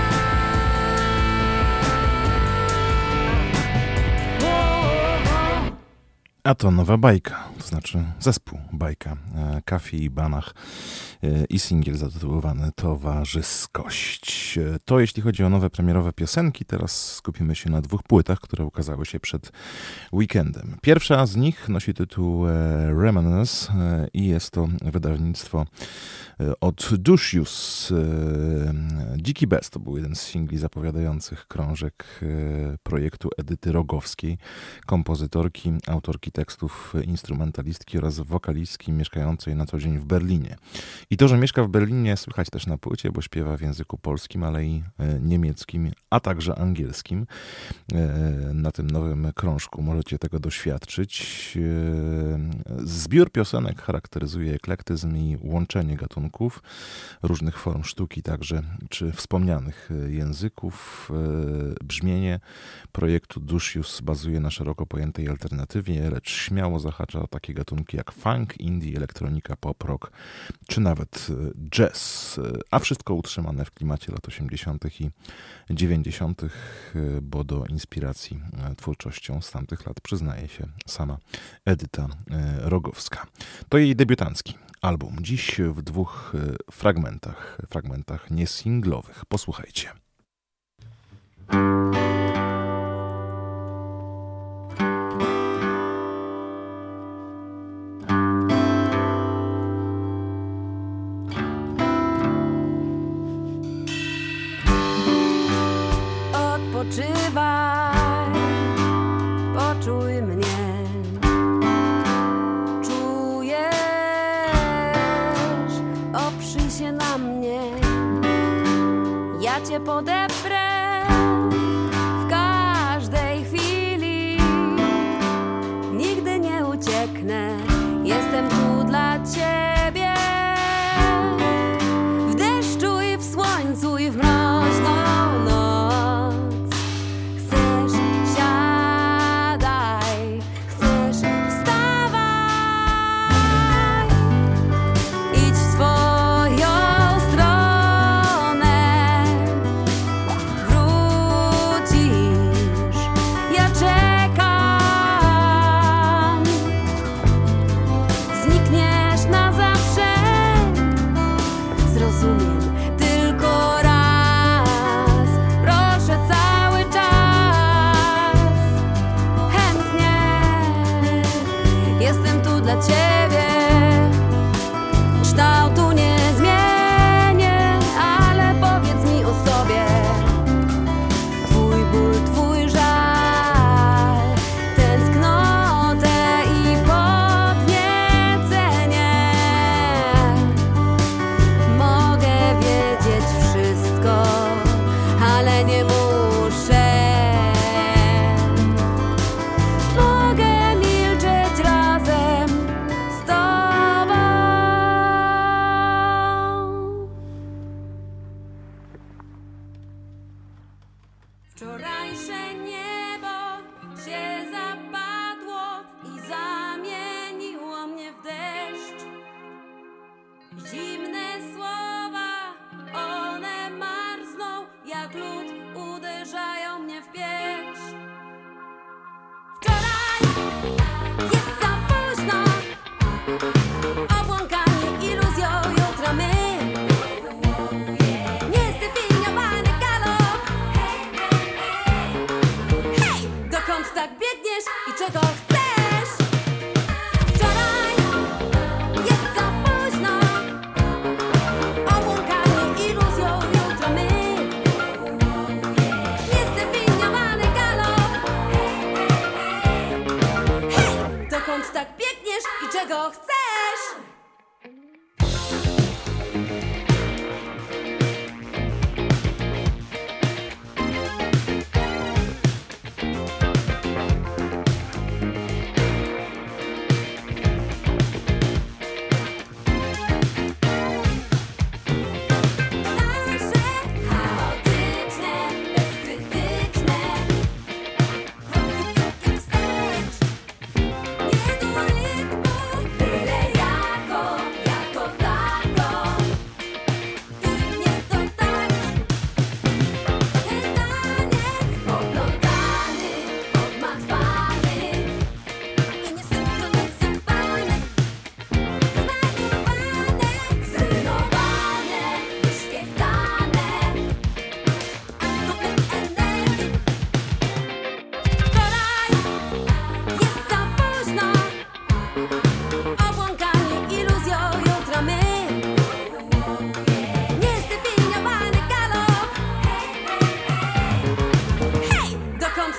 połową A to nowa bajka, to znaczy zespół Bajka, Kafi i Banach i singiel zatytułowany Towarzyskość. To jeśli chodzi o nowe premierowe piosenki, teraz skupimy się na dwóch płytach, które ukazały się przed weekendem. Pierwsza z nich nosi tytuł Reminiscence i jest to wydawnictwo od Dusius. Dziki Bez to był jeden z singli zapowiadających krążek projektu Edyty Rogowskiej, kompozytorki, autorki tekstów, instrumentalistki oraz wokalistki mieszkającej na co dzień w Berlinie. I to, że mieszka w Berlinie, słychać też na płycie, bo śpiewa w języku polskim, ale i niemieckim, a także angielskim. Na tym nowym krążku możecie tego doświadczyć. Zbiór piosenek charakteryzuje eklektyzm i łączenie gatunków, różnych form sztuki także, czy wspomnianych języków. Brzmienie projektu Dusius bazuje na szeroko pojętej alternatywie, lecz śmiało zahacza o takie gatunki jak funk, indie, elektronika, pop, rock, czy nawet jazz, a wszystko utrzymane w klimacie lat osiemdziesiątych i dziewięćdziesiątych, bo do inspiracji twórczością z tamtych lat przyznaje się sama Edyta Rogowska. To jej debiutancki album. Dziś w dwóch fragmentach, fragmentach niesinglowych. Posłuchajcie. Odpoczywaj, poczuj mnie. Czujesz, oprzyj się na mnie. Ja cię podeprę w każdej chwili. Nigdy nie ucieknę, jestem tu dla ciebie. W deszczu i w słońcu i w mroźną noc.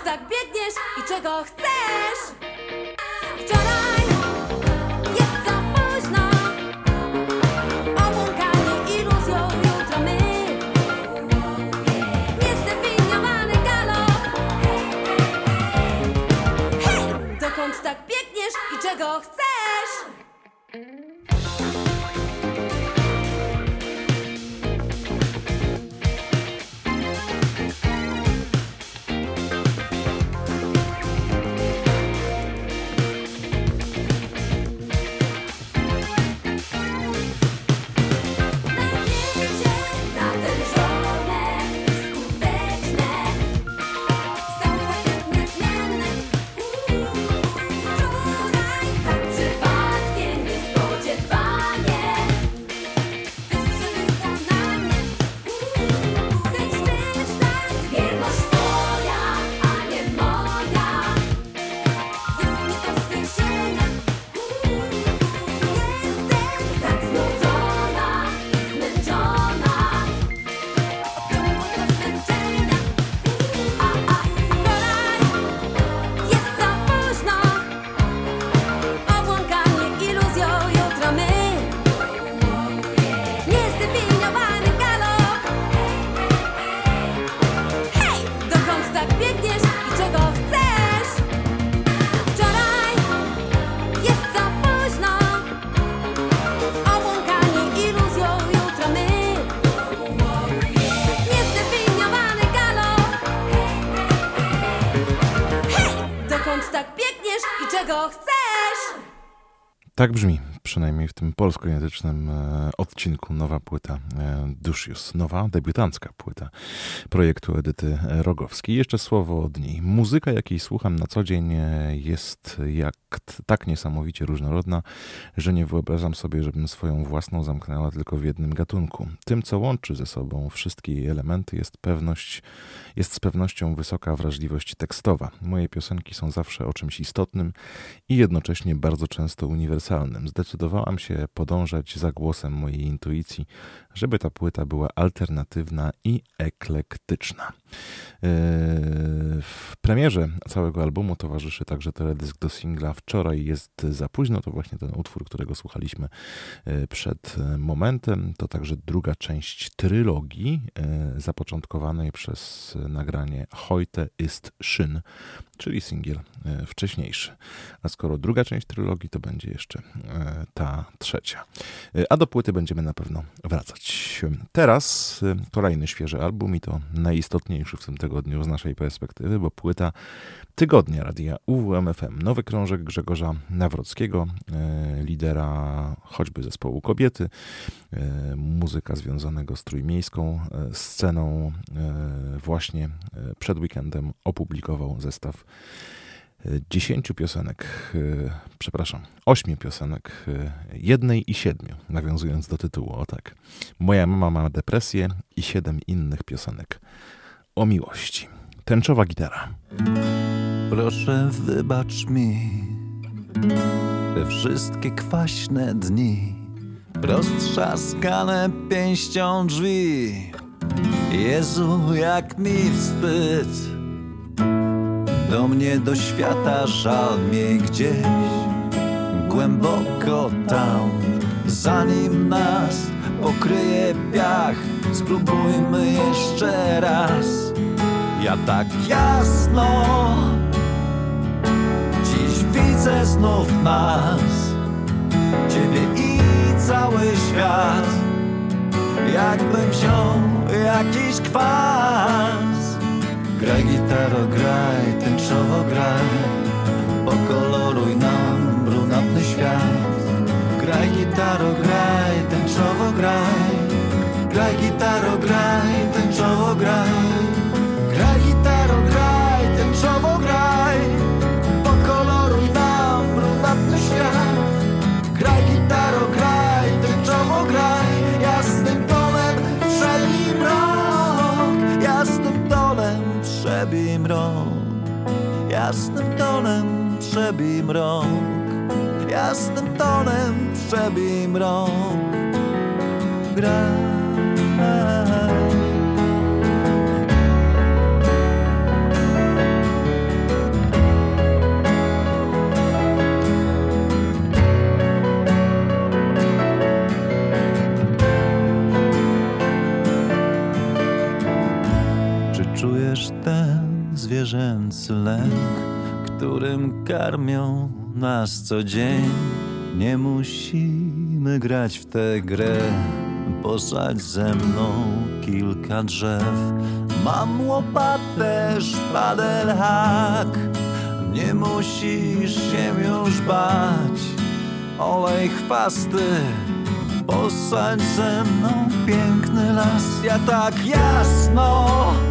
Dokąd tak biegniesz i czego chcesz? Wczoraj jest za późno, obłąkani iluzją jutro my. Niezdefiniowany galop. Hej! Dokąd tak biegniesz i czego chcesz? Tak brzmi, przynajmniej w tym polskojęzycznym e, odcinku, nowa płyta e, Dusius, nowa debiutancka płyta projektu Edyty Rogowskiej. Jeszcze słowo od niej. Muzyka, jakiej słucham na co dzień, jest jak tak niesamowicie różnorodna, że nie wyobrażam sobie, żebym swoją własną zamknęła tylko w jednym gatunku. Tym, co łączy ze sobą wszystkie jej elementy, jest pewność, jest z pewnością wysoka wrażliwość tekstowa. Moje piosenki są zawsze o czymś istotnym i jednocześnie bardzo często uniwersalnym. Zdecydowałam się podążać za głosem mojej intuicji, żeby ta płyta była alternatywna i eklektyczna. W premierze całego albumu towarzyszy także teledysk do singla Wczoraj jest za późno. To właśnie ten utwór, którego słuchaliśmy przed momentem. To także druga część trylogii zapoczątkowanej przez nagranie Heute ist schön, czyli singiel wcześniejszy. A skoro druga część trylogii, to będzie jeszcze ta trzecia. A do płyty będziemy na pewno wracać. Teraz kolejny świeży album i to najistotniejszy w tym tygodniu z naszej perspektywy, bo płyta tygodnia radia U W M F M. Nowy krążek Grzegorza Nawrockiego, lidera choćby zespołu Kobiety, muzyka związanego z trójmiejską sceną. Właśnie przed weekendem opublikował zestaw dziesięciu piosenek, przepraszam, ośmiu piosenek, jednej i siedmiu, nawiązując do tytułu, o tak. Moja mama ma depresję i siedem innych piosenek o miłości. Tęczowa gitara. Proszę wybacz mi te wszystkie kwaśne dni, roztrzaskane pięścią drzwi. Jezu, jak mi wstyd, do mnie, do świata żal mnie gdzieś, głęboko tam. Zanim nas pokryje piach, spróbujmy jeszcze raz. Ja tak jasno dziś widzę znów nas, ciebie i cały świat. Jakbym wziął jakiś kwas. Graj gitaro, graj, tęczowo graj, pokoloruj nam brunatny świat. Graj gitaro, graj, tęczowo graj, graj gitaro, graj, tęczowo graj. Graj gitaro, graj, tęczowo graj, pokoloruj nam brunatny świat. Graj gitaro, graj, tęczowo graj, jasnym tonem przebij mrok, jasnym tonem przebij mrok, jasnym tonem przebij mrok, jasnym tonem przebij mrok. Graj. zwierzęcy lęk, którym karmią nas co dzień. Nie musimy grać w tę grę, posadź ze mną kilka drzew. Mam łopatę, szpadel, hak, nie musisz się już bać. Olej chwasty, posadź ze mną piękny las. Ja tak jasno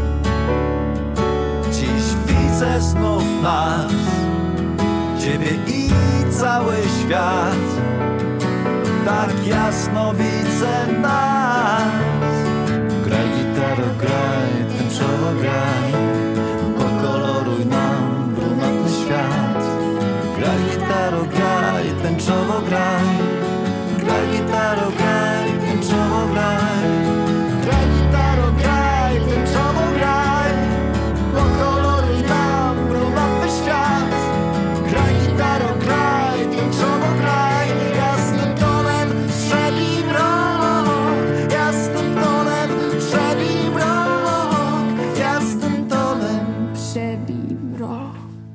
dziś widzę znów nas, ciebie i cały świat. Tak jasno widzę nas. Graj gitaro, graj, tęczowo graj, pokoloruj nam brunatny świat. Graj gitaro, graj, tęczowo graj, graj gitaro, graj, tęczowo graj. Graj gitaro, graj, tęczowo graj, pokoloruj nam brunatny świat. Graj gitaro, graj, tęczowo graj, jasnym tonem przebij mrok, jasnym tonem przebij mrok, jasnym tonem Przebij mrok.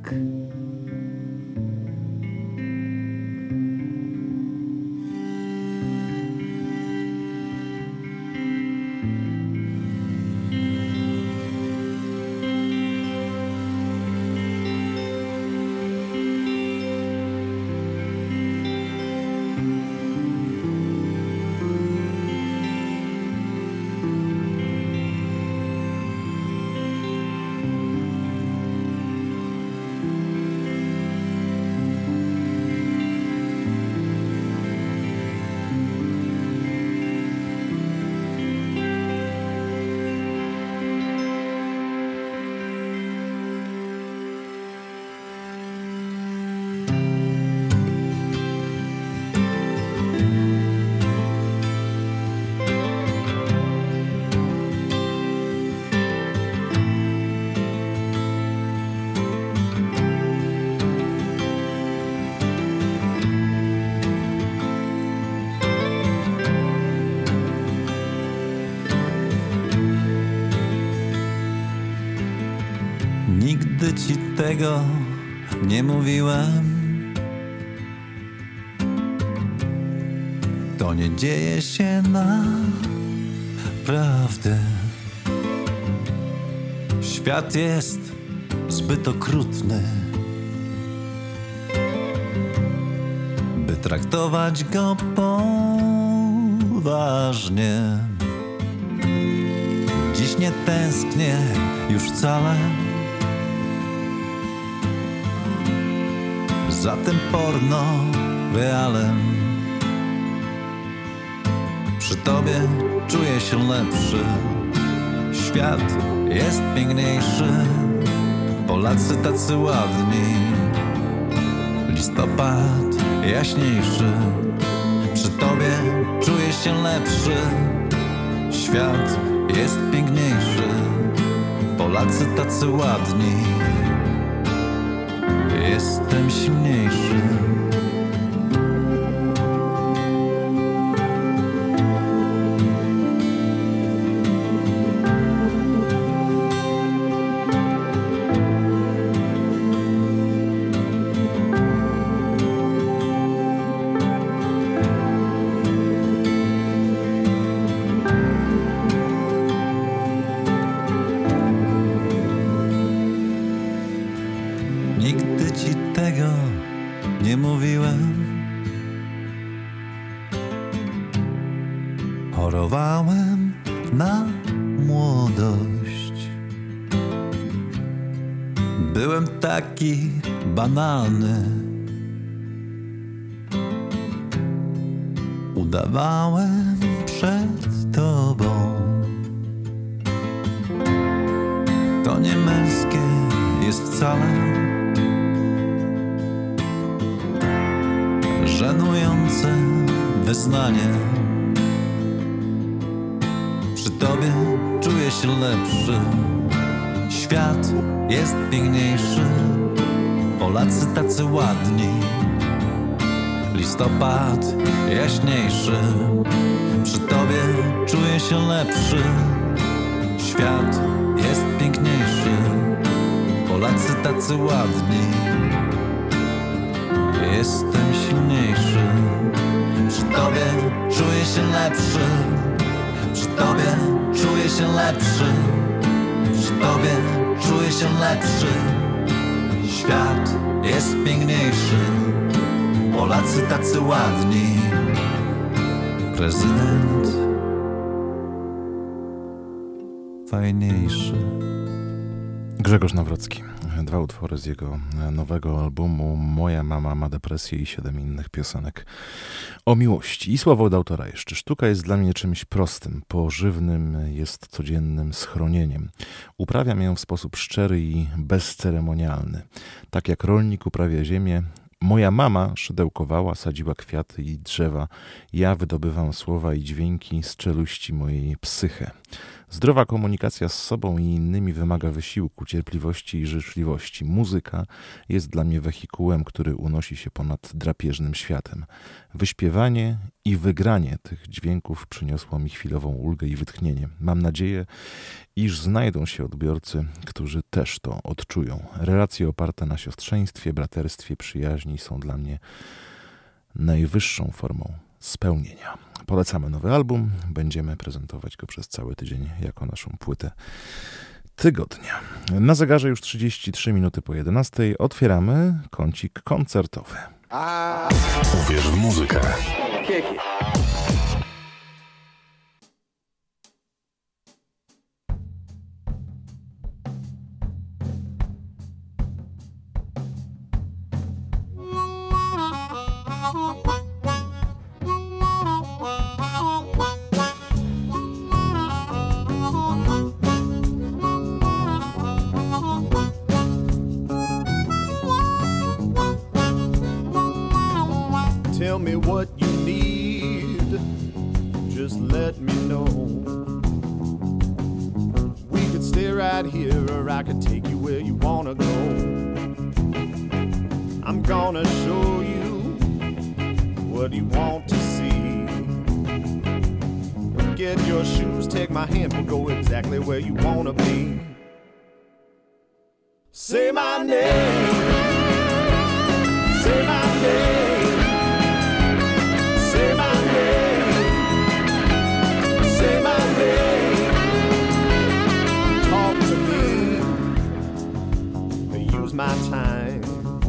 Nigdy ci tego nie mówiłem. To nie dzieje się naprawdę. Świat jest zbyt okrutny, by traktować go poważnie. Dziś nie tęsknię już wcale za tym porno realem. Przy tobie czuję się lepszy. Świat jest piękniejszy, Polacy tacy ładni, listopad jaśniejszy. Przy tobie czuję się lepszy. Świat jest piękniejszy, Polacy tacy ładni, jestem silniejszy. Nigdy ci tego nie mówiłem. Chorowałem na młodość. Byłem taki banalny. Udawałem przed tobą. To nie męskie jest wcale. Żenujące wyznanie. Przy tobie czuję się lepszy. Świat jest piękniejszy, Polacy tacy ładni, listopad jaśniejszy. Przy tobie czuję się lepszy. Świat jest piękniejszy, Polacy tacy ładni. Jestem silniejszy. Przy tobie czuję się lepszy. Przy tobie czuję się lepszy. Przy tobie czuję się lepszy. Świat jest piękniejszy. Polacy tacy ładni. Prezydent fajniejszy. Grzegorz Nawrocki. Dwa utwory z jego nowego albumu Moja mama ma depresję i siedem innych piosenek o miłości. I słowo od autora jeszcze. Sztuka jest dla mnie czymś prostym, pożywnym, jest codziennym schronieniem. Uprawiam ją w sposób szczery i bezceremonialny. Tak jak rolnik uprawia ziemię, moja mama szydełkowała, sadziła kwiaty i drzewa. Ja wydobywam słowa i dźwięki z czeluści mojej psyche. Zdrowa komunikacja z sobą i innymi wymaga wysiłku, cierpliwości i życzliwości. Muzyka jest dla mnie wehikułem, który unosi się ponad drapieżnym światem. Wyśpiewanie i wygranie tych dźwięków przyniosło mi chwilową ulgę i wytchnienie. Mam nadzieję, iż znajdą się odbiorcy, którzy też to odczują. Relacje oparte na siostrzeństwie, braterstwie, przyjaźni są dla mnie najwyższą formą spełnienia. Polecamy nowy album, będziemy prezentować go przez cały tydzień jako naszą płytę tygodnia. Na zegarze już trzydzieści trzy minuty po jedenastej. Otwieramy kącik koncertowy. Uwierz w muzykę. Tell me what you need, just let me know. We could stay right here or I could take you where you wanna go. I'm gonna show you what you want to see. Get your shoes, take my hand, we'll go exactly where you wanna be. Say my name, say my name. Say my name, say my name. Talk to me, use my time.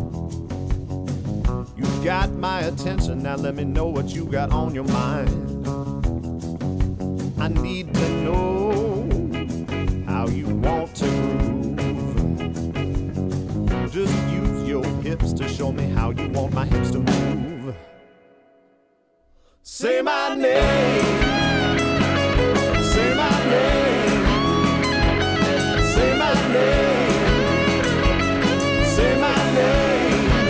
You've got my attention, now let me know what you got on your mind. I need to know how you want to groove. Just use your hips to show me how you want my hips to move. Say my name, say my name, say my name, say my name.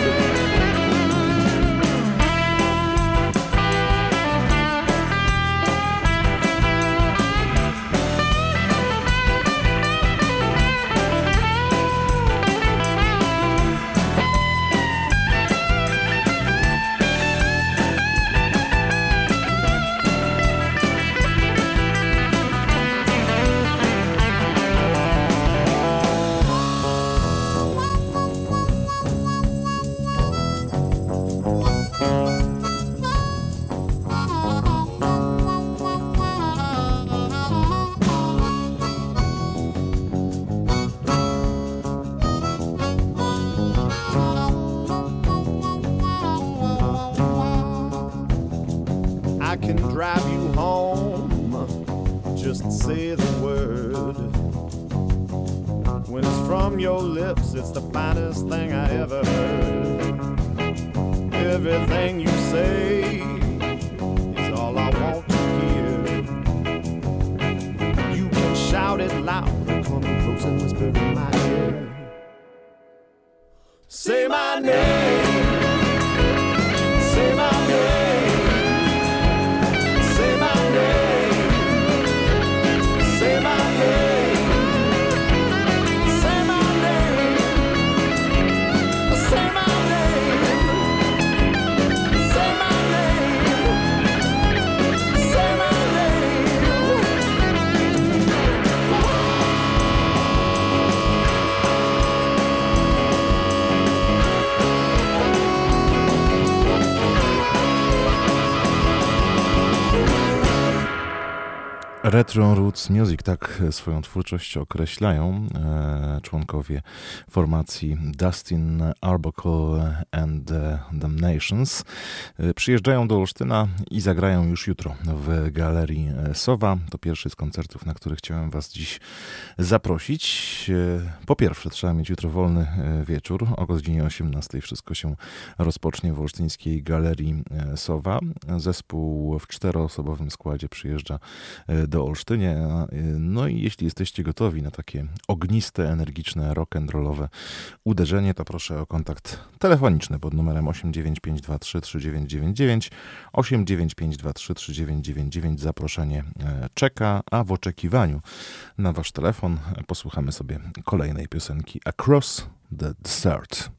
Drive you home, just say the word. When it's from your lips, it's the finest thing I ever heard. Everything you say is all I want to hear. You can shout it loud, come close and whisper in my ear. Say my name, say my name. Say my name, say my name, say my name, say my name, say my name, say my name. Retro Roots Music, tak swoją twórczość określają e, członkowie formacji Dustin Arbuckle and the Damnations. E, przyjeżdżają do Olsztyna i zagrają już jutro w Galerii Sowa. To pierwszy z koncertów, na który chciałem was dziś zaprosić. E, po pierwsze, trzeba mieć jutro wolny wieczór. O godzinie osiemnastej wszystko się rozpocznie w olsztyńskiej Galerii Sowa. Zespół w czteroosobowym składzie przyjeżdża do Olsztynia. No i jeśli jesteście gotowi na takie ogniste, energiczne, rock'n'rollowe uderzenie, to proszę o kontakt telefoniczny pod numerem osiem dziewięć pięć dwa trzy trzy dziewięć dziewięć dziewięć, osiem dziewięć pięć dwa trzy trzy dziewięć dziewięć dziewięć. Zaproszenie czeka, a w oczekiwaniu na wasz telefon posłuchamy sobie kolejnej piosenki Across the Desert.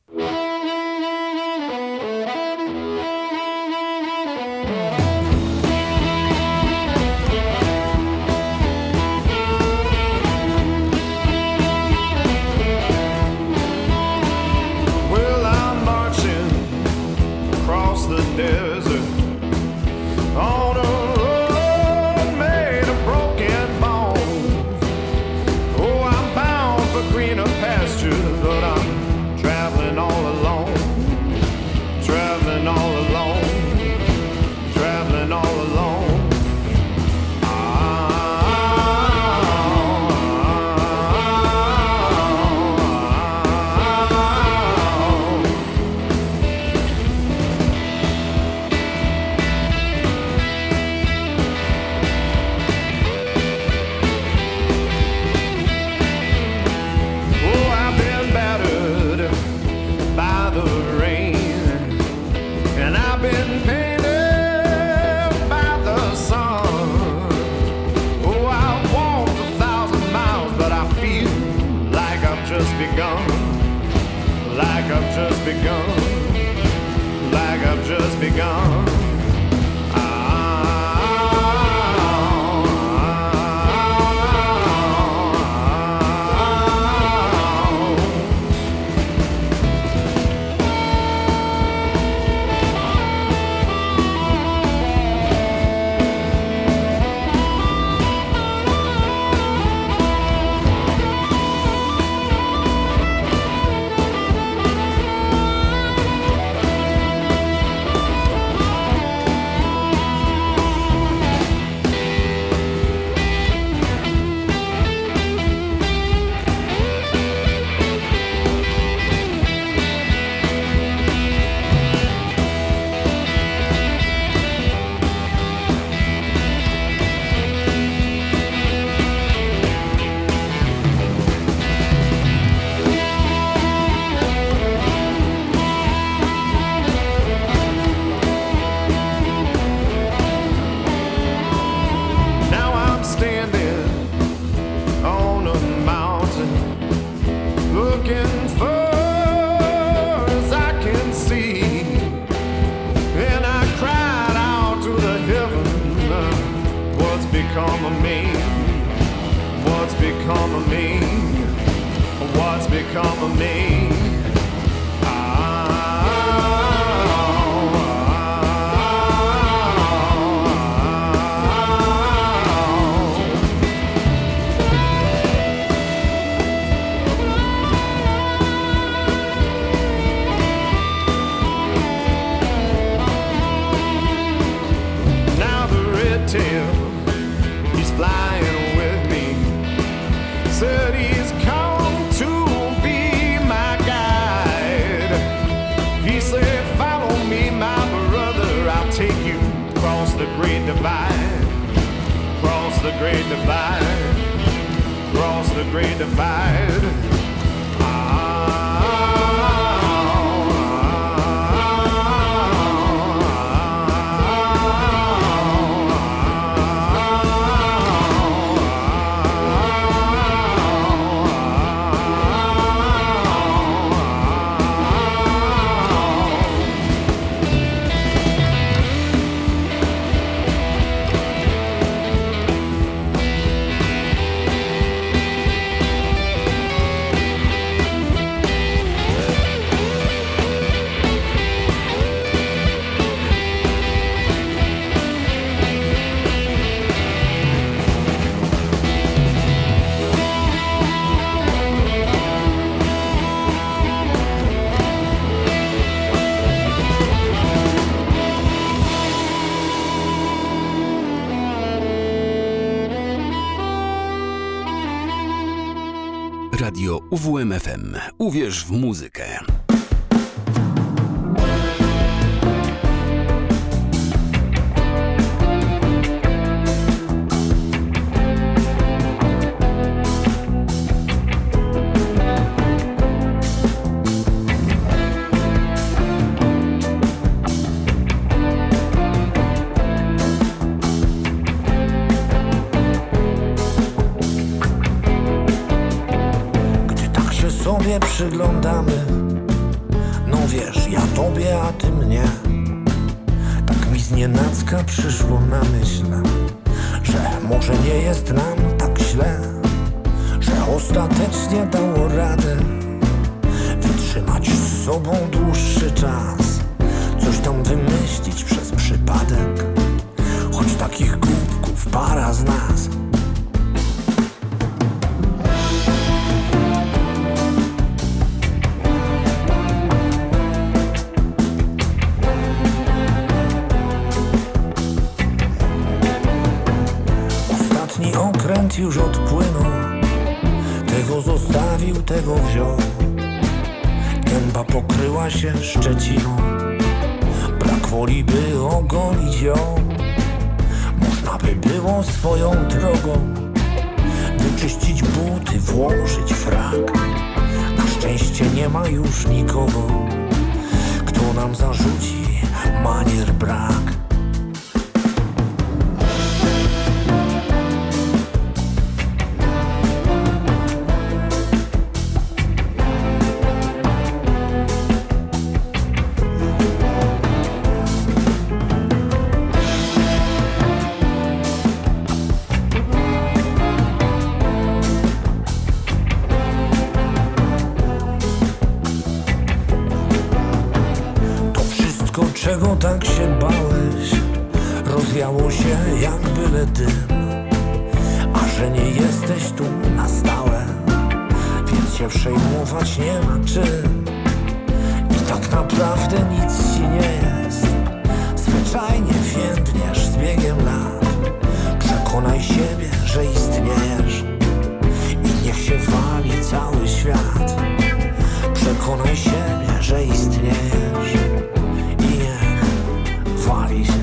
U W M F M. Uwierz w muzykę. Sobie przyglądamy, no wiesz, ja tobie, a ty mnie. Tak mi znienacka przyszło na myśl, że może nie jest nam tak źle, że ostatecznie dało radę wytrzymać z sobą dłuższy czas, coś tam wymyślić przez przypadek, choć takich głupków para z nas. Okręt już odpłynął, tego zostawił, tego wziął. Gęba pokryła się szczeciną, brak woli, by ogolić ją. Można by było swoją drogą wyczyścić buty, włożyć frak. Na szczęście nie ma już nikogo, kto nam zarzuci manier brak. Czego tak się bałeś, rozwiało się jak byle dym. A że nie jesteś tu na stałe, więc się przejmować nie ma czym. I tak naprawdę nic ci nie jest, zwyczajnie więdniesz z biegiem lat. Przekonaj siebie, że istniejesz i niech się wali cały świat. Przekonaj siebie, że istniejesz i niech wali się.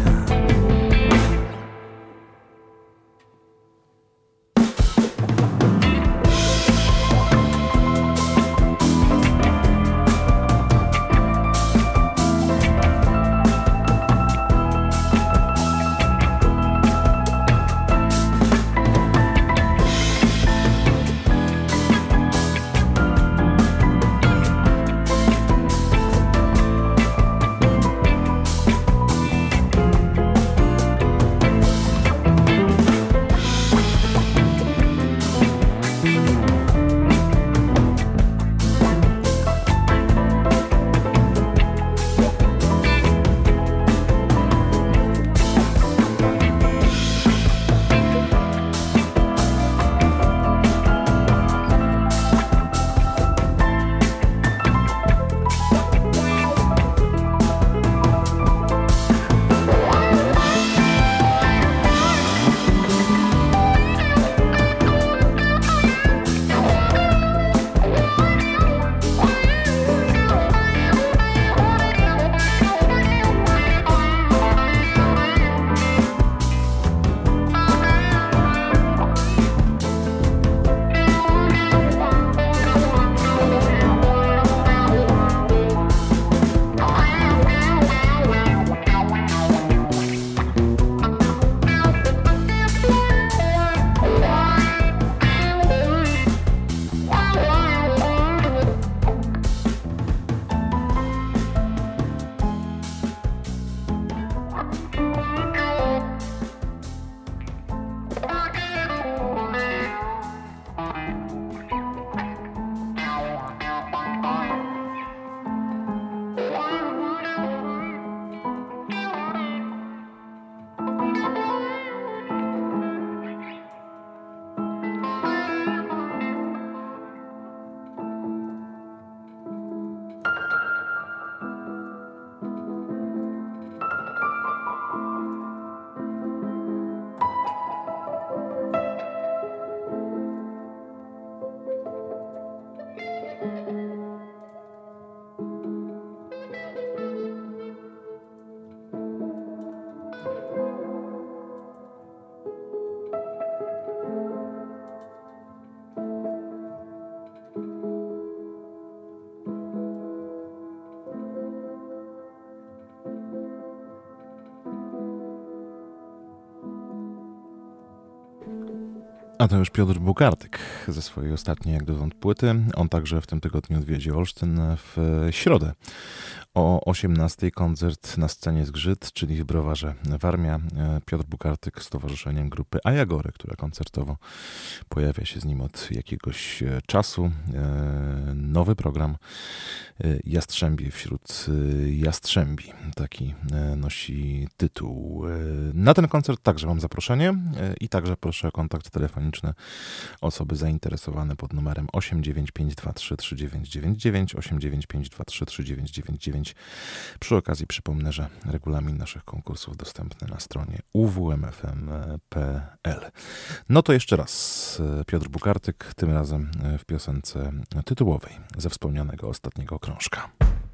A to już Piotr Bukartyk ze swojej ostatniej jak dotąd płyty. On także w tym tygodniu odwiedzi Olsztyn w środę. O osiemnastej koncert na scenie Zgrzyt, czyli w Browarze Warmia. Piotr Bukartyk z towarzyszeniem grupy Ajagory, która koncertowo pojawia się z nim od jakiegoś czasu. Nowy program Jastrzębie wśród Jastrzębi. Taki nosi tytuł. Na ten koncert także mam zaproszenie i także proszę o kontakt telefoniczny osoby zainteresowane pod numerem osiem dziewięć pięć dwa trzy trzy dziewięć dziewięć dziewięć, osiem dziewięć pięć dwa trzy trzy dziewięć dziewięć dziewięć. Przy okazji przypomnę, że regulamin naszych konkursów dostępny na stronie u w m f m kropka p l. No to jeszcze raz Piotr Bukartyk, tym razem w piosence tytułowej ze wspomnianego ostatniego krążka.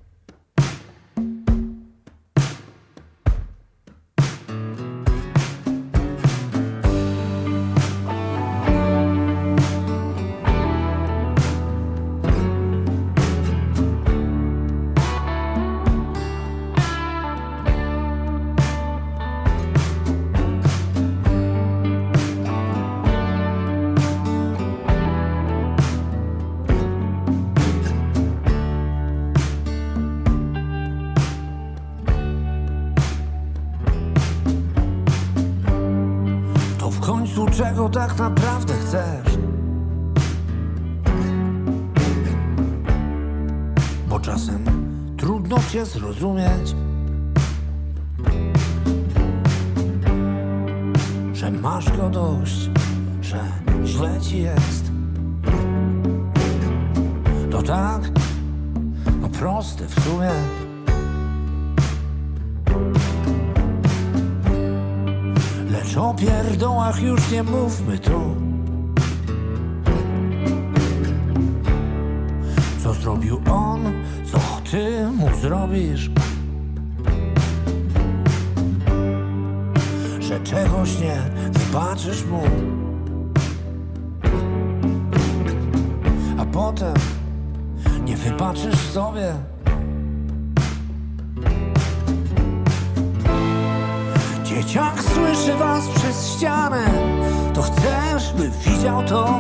Czego tak naprawdę chcesz? Bo czasem trudno cię zrozumieć, że masz go dość, że źle ci jest. To tak, no proste w sumie. Lecz o pierdołach już nie mówmy tu. Co zrobił on, co ty mu zrobisz? Że czegoś nie wybaczysz mu, a potem nie wybaczysz sobie. Dzieciak słyszy was przez ścianę, to chcesz, by widział to,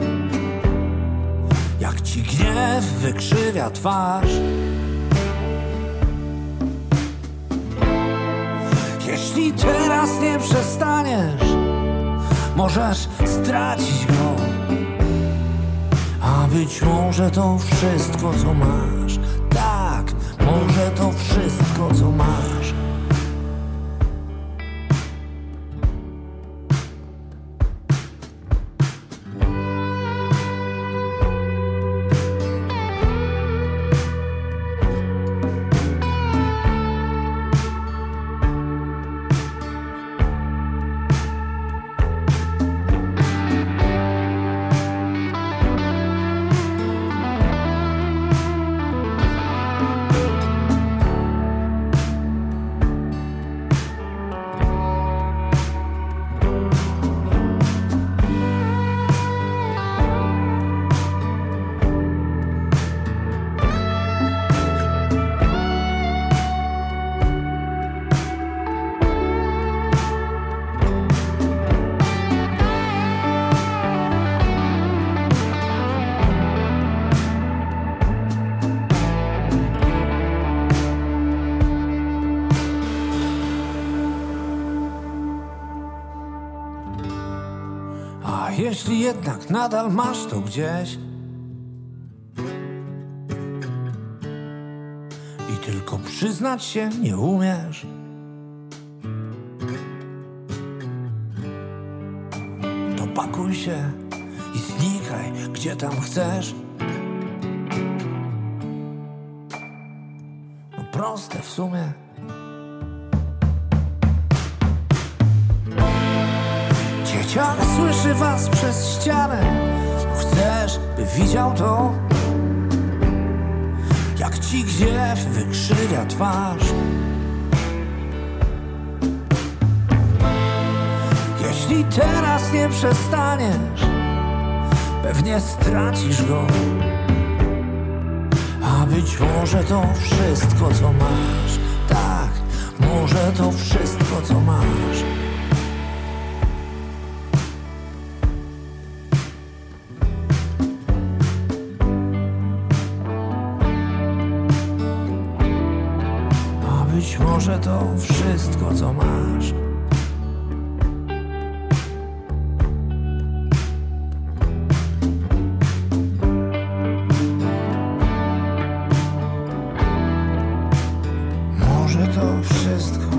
jak ci gniew wykrzywia twarz. Jeśli teraz nie przestaniesz, możesz stracić go, a być może to wszystko, co masz. Tak, może to wszystko, co masz. Jeśli jednak nadal masz to gdzieś i tylko przyznać się nie umiesz, to pakuj się i znikaj, gdzie tam chcesz. No proste w sumie. Dzieciak słyszy was przez ścianę, chcesz, by widział to, jak ci gniew wykrzywia twarz. Jeśli teraz nie przestaniesz, pewnie stracisz go, a być może to wszystko, co masz. Tak, może to wszystko, co masz. być może to wszystko, co masz. Może to wszystko.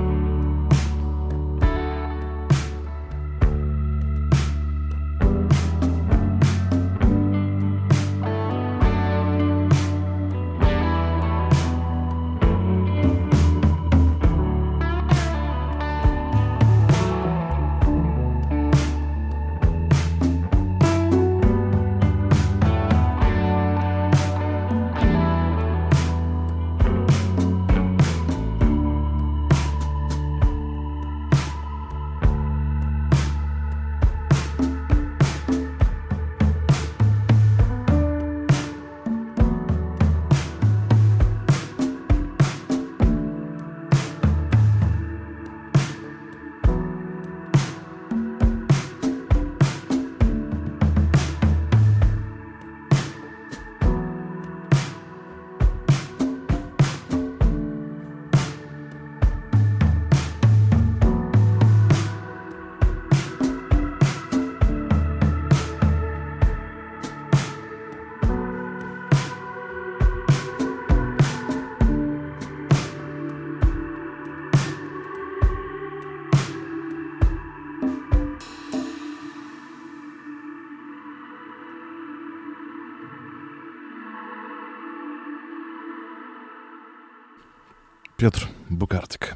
Piotr Bukartyk.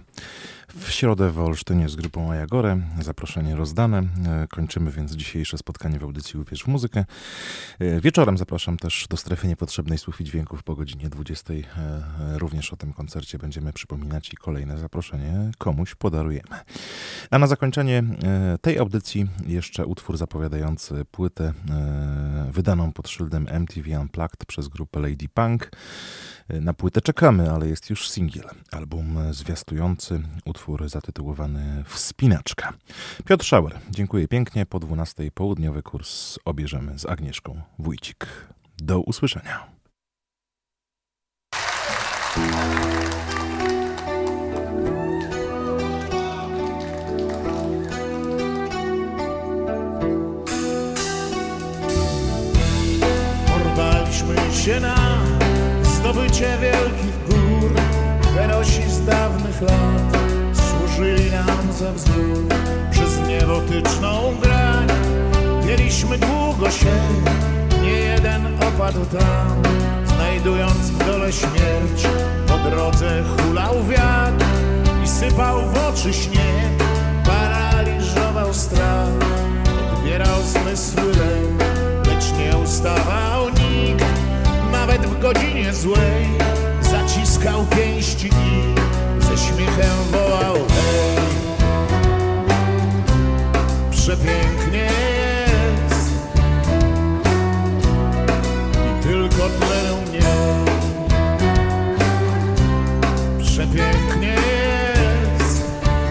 W środę w Olsztynie z grupą Ajagore. Zaproszenie rozdane. Kończymy więc dzisiejsze spotkanie w audycji Uwierz w muzykę. Wieczorem zapraszam też do Strefy Niepotrzebnej Słów i Dźwięków po godzinie dwudziestej. Również o tym koncercie będziemy przypominać i kolejne zaproszenie komuś podarujemy. A na zakończenie tej audycji jeszcze utwór zapowiadający płytę wydaną pod szyldem M T V Unplugged przez grupę Lady Punk. Na płytę czekamy, ale jest już singiel. Album zwiastujący, utwór zatytułowany Wspinaczka. Piotr Schauer, dziękuję pięknie. Po dwunastej południowy kurs obierzemy z Agnieszką Wójcik. Do usłyszenia. Porwaliśmy się na zdobycie wielkich gór. Herosi z dawnych lat służyli nam za wzór. Przez niebotyczną grań mieliśmy długo się, nie jeden opadł tam, znajdując w dole śmierć. Po drodze hulał wiatr i sypał w oczy śnieg, paraliżował strach, odbierał zmysły lęk, lecz nie ustawał nikt, nawet w godzinie złej. Zaciskał pięści i ze śmiechem wołał hej. Przepięknie jest i tylko tlen mniej. Przepięknie jest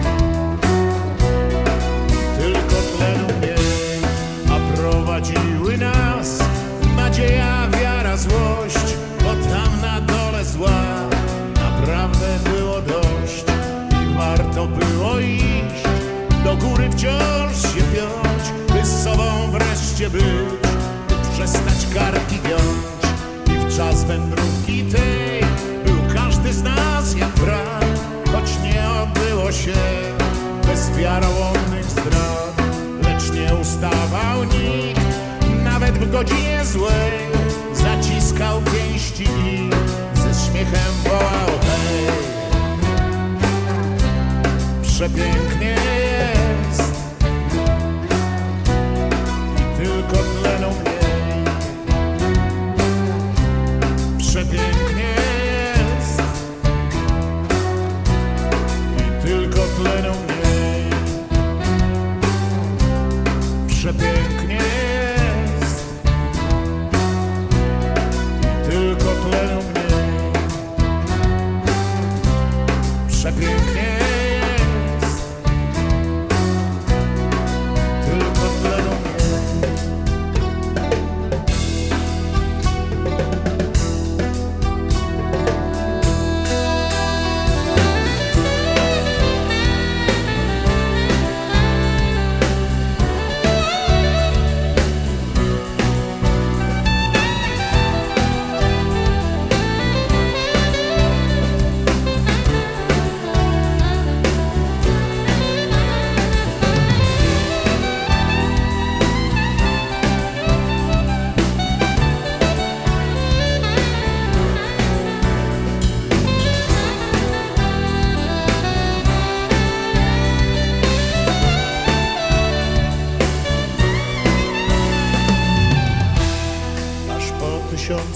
i tylko tlen mniej. A prowadziły nas nadzieja, wiara, złość, bo tam na dole zła naprawdę było dość i warto było iść, do góry wciąż się piąć, by z sobą wreszcie być, by przestać karki giąć. I w czas wędrówki tej był każdy z nas jak brat, choć nie odbyło się bez wiarołomnych zdrad, lecz nie ustawał nikt, nawet w godzinie złej. Zaciskał pięści i ze śmiechem wołał hej. Przepięknie jest i tylko tlenu mniej. Przepięknie jest i tylko tlenu mniej. Przepięknie jest i tylko tlenu mniej. Przepięknie jest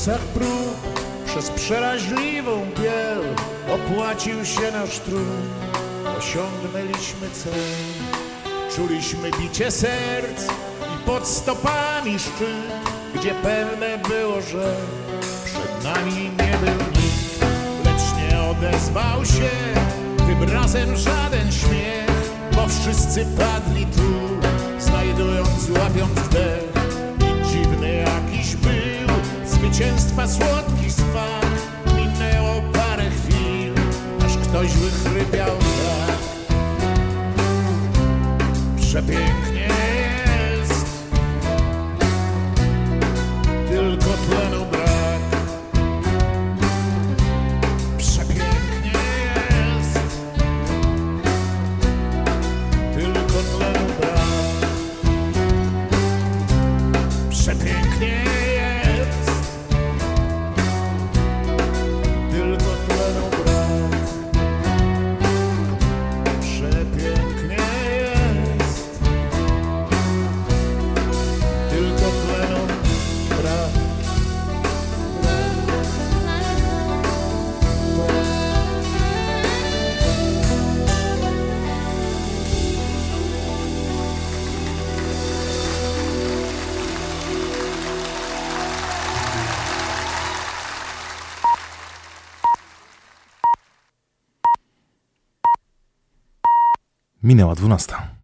tysiącach prób przez przeraźliwą biel opłacił się nasz trud. Osiągnęliśmy cel, czuliśmy bicie serc i pod stopami szczyt, gdzie pewne było, że przed nami nie był nikt, lecz nie odezwał się tym razem żaden śmiech, bo wszyscy padli tu, znajdując, łapiąc wdech. I dziwny jakiś był zwycięstwa słodki smak. Minęło parę chwil, aż ktoś wychrypiał tak: przepięknie jest, tylko tlenu brak. Przepięknie jest, tylko tlenu brak. Przepięknie jest, tylko tlenu brak. Przepięknie jest, tylko tlenu brak. Minęła dwunasta.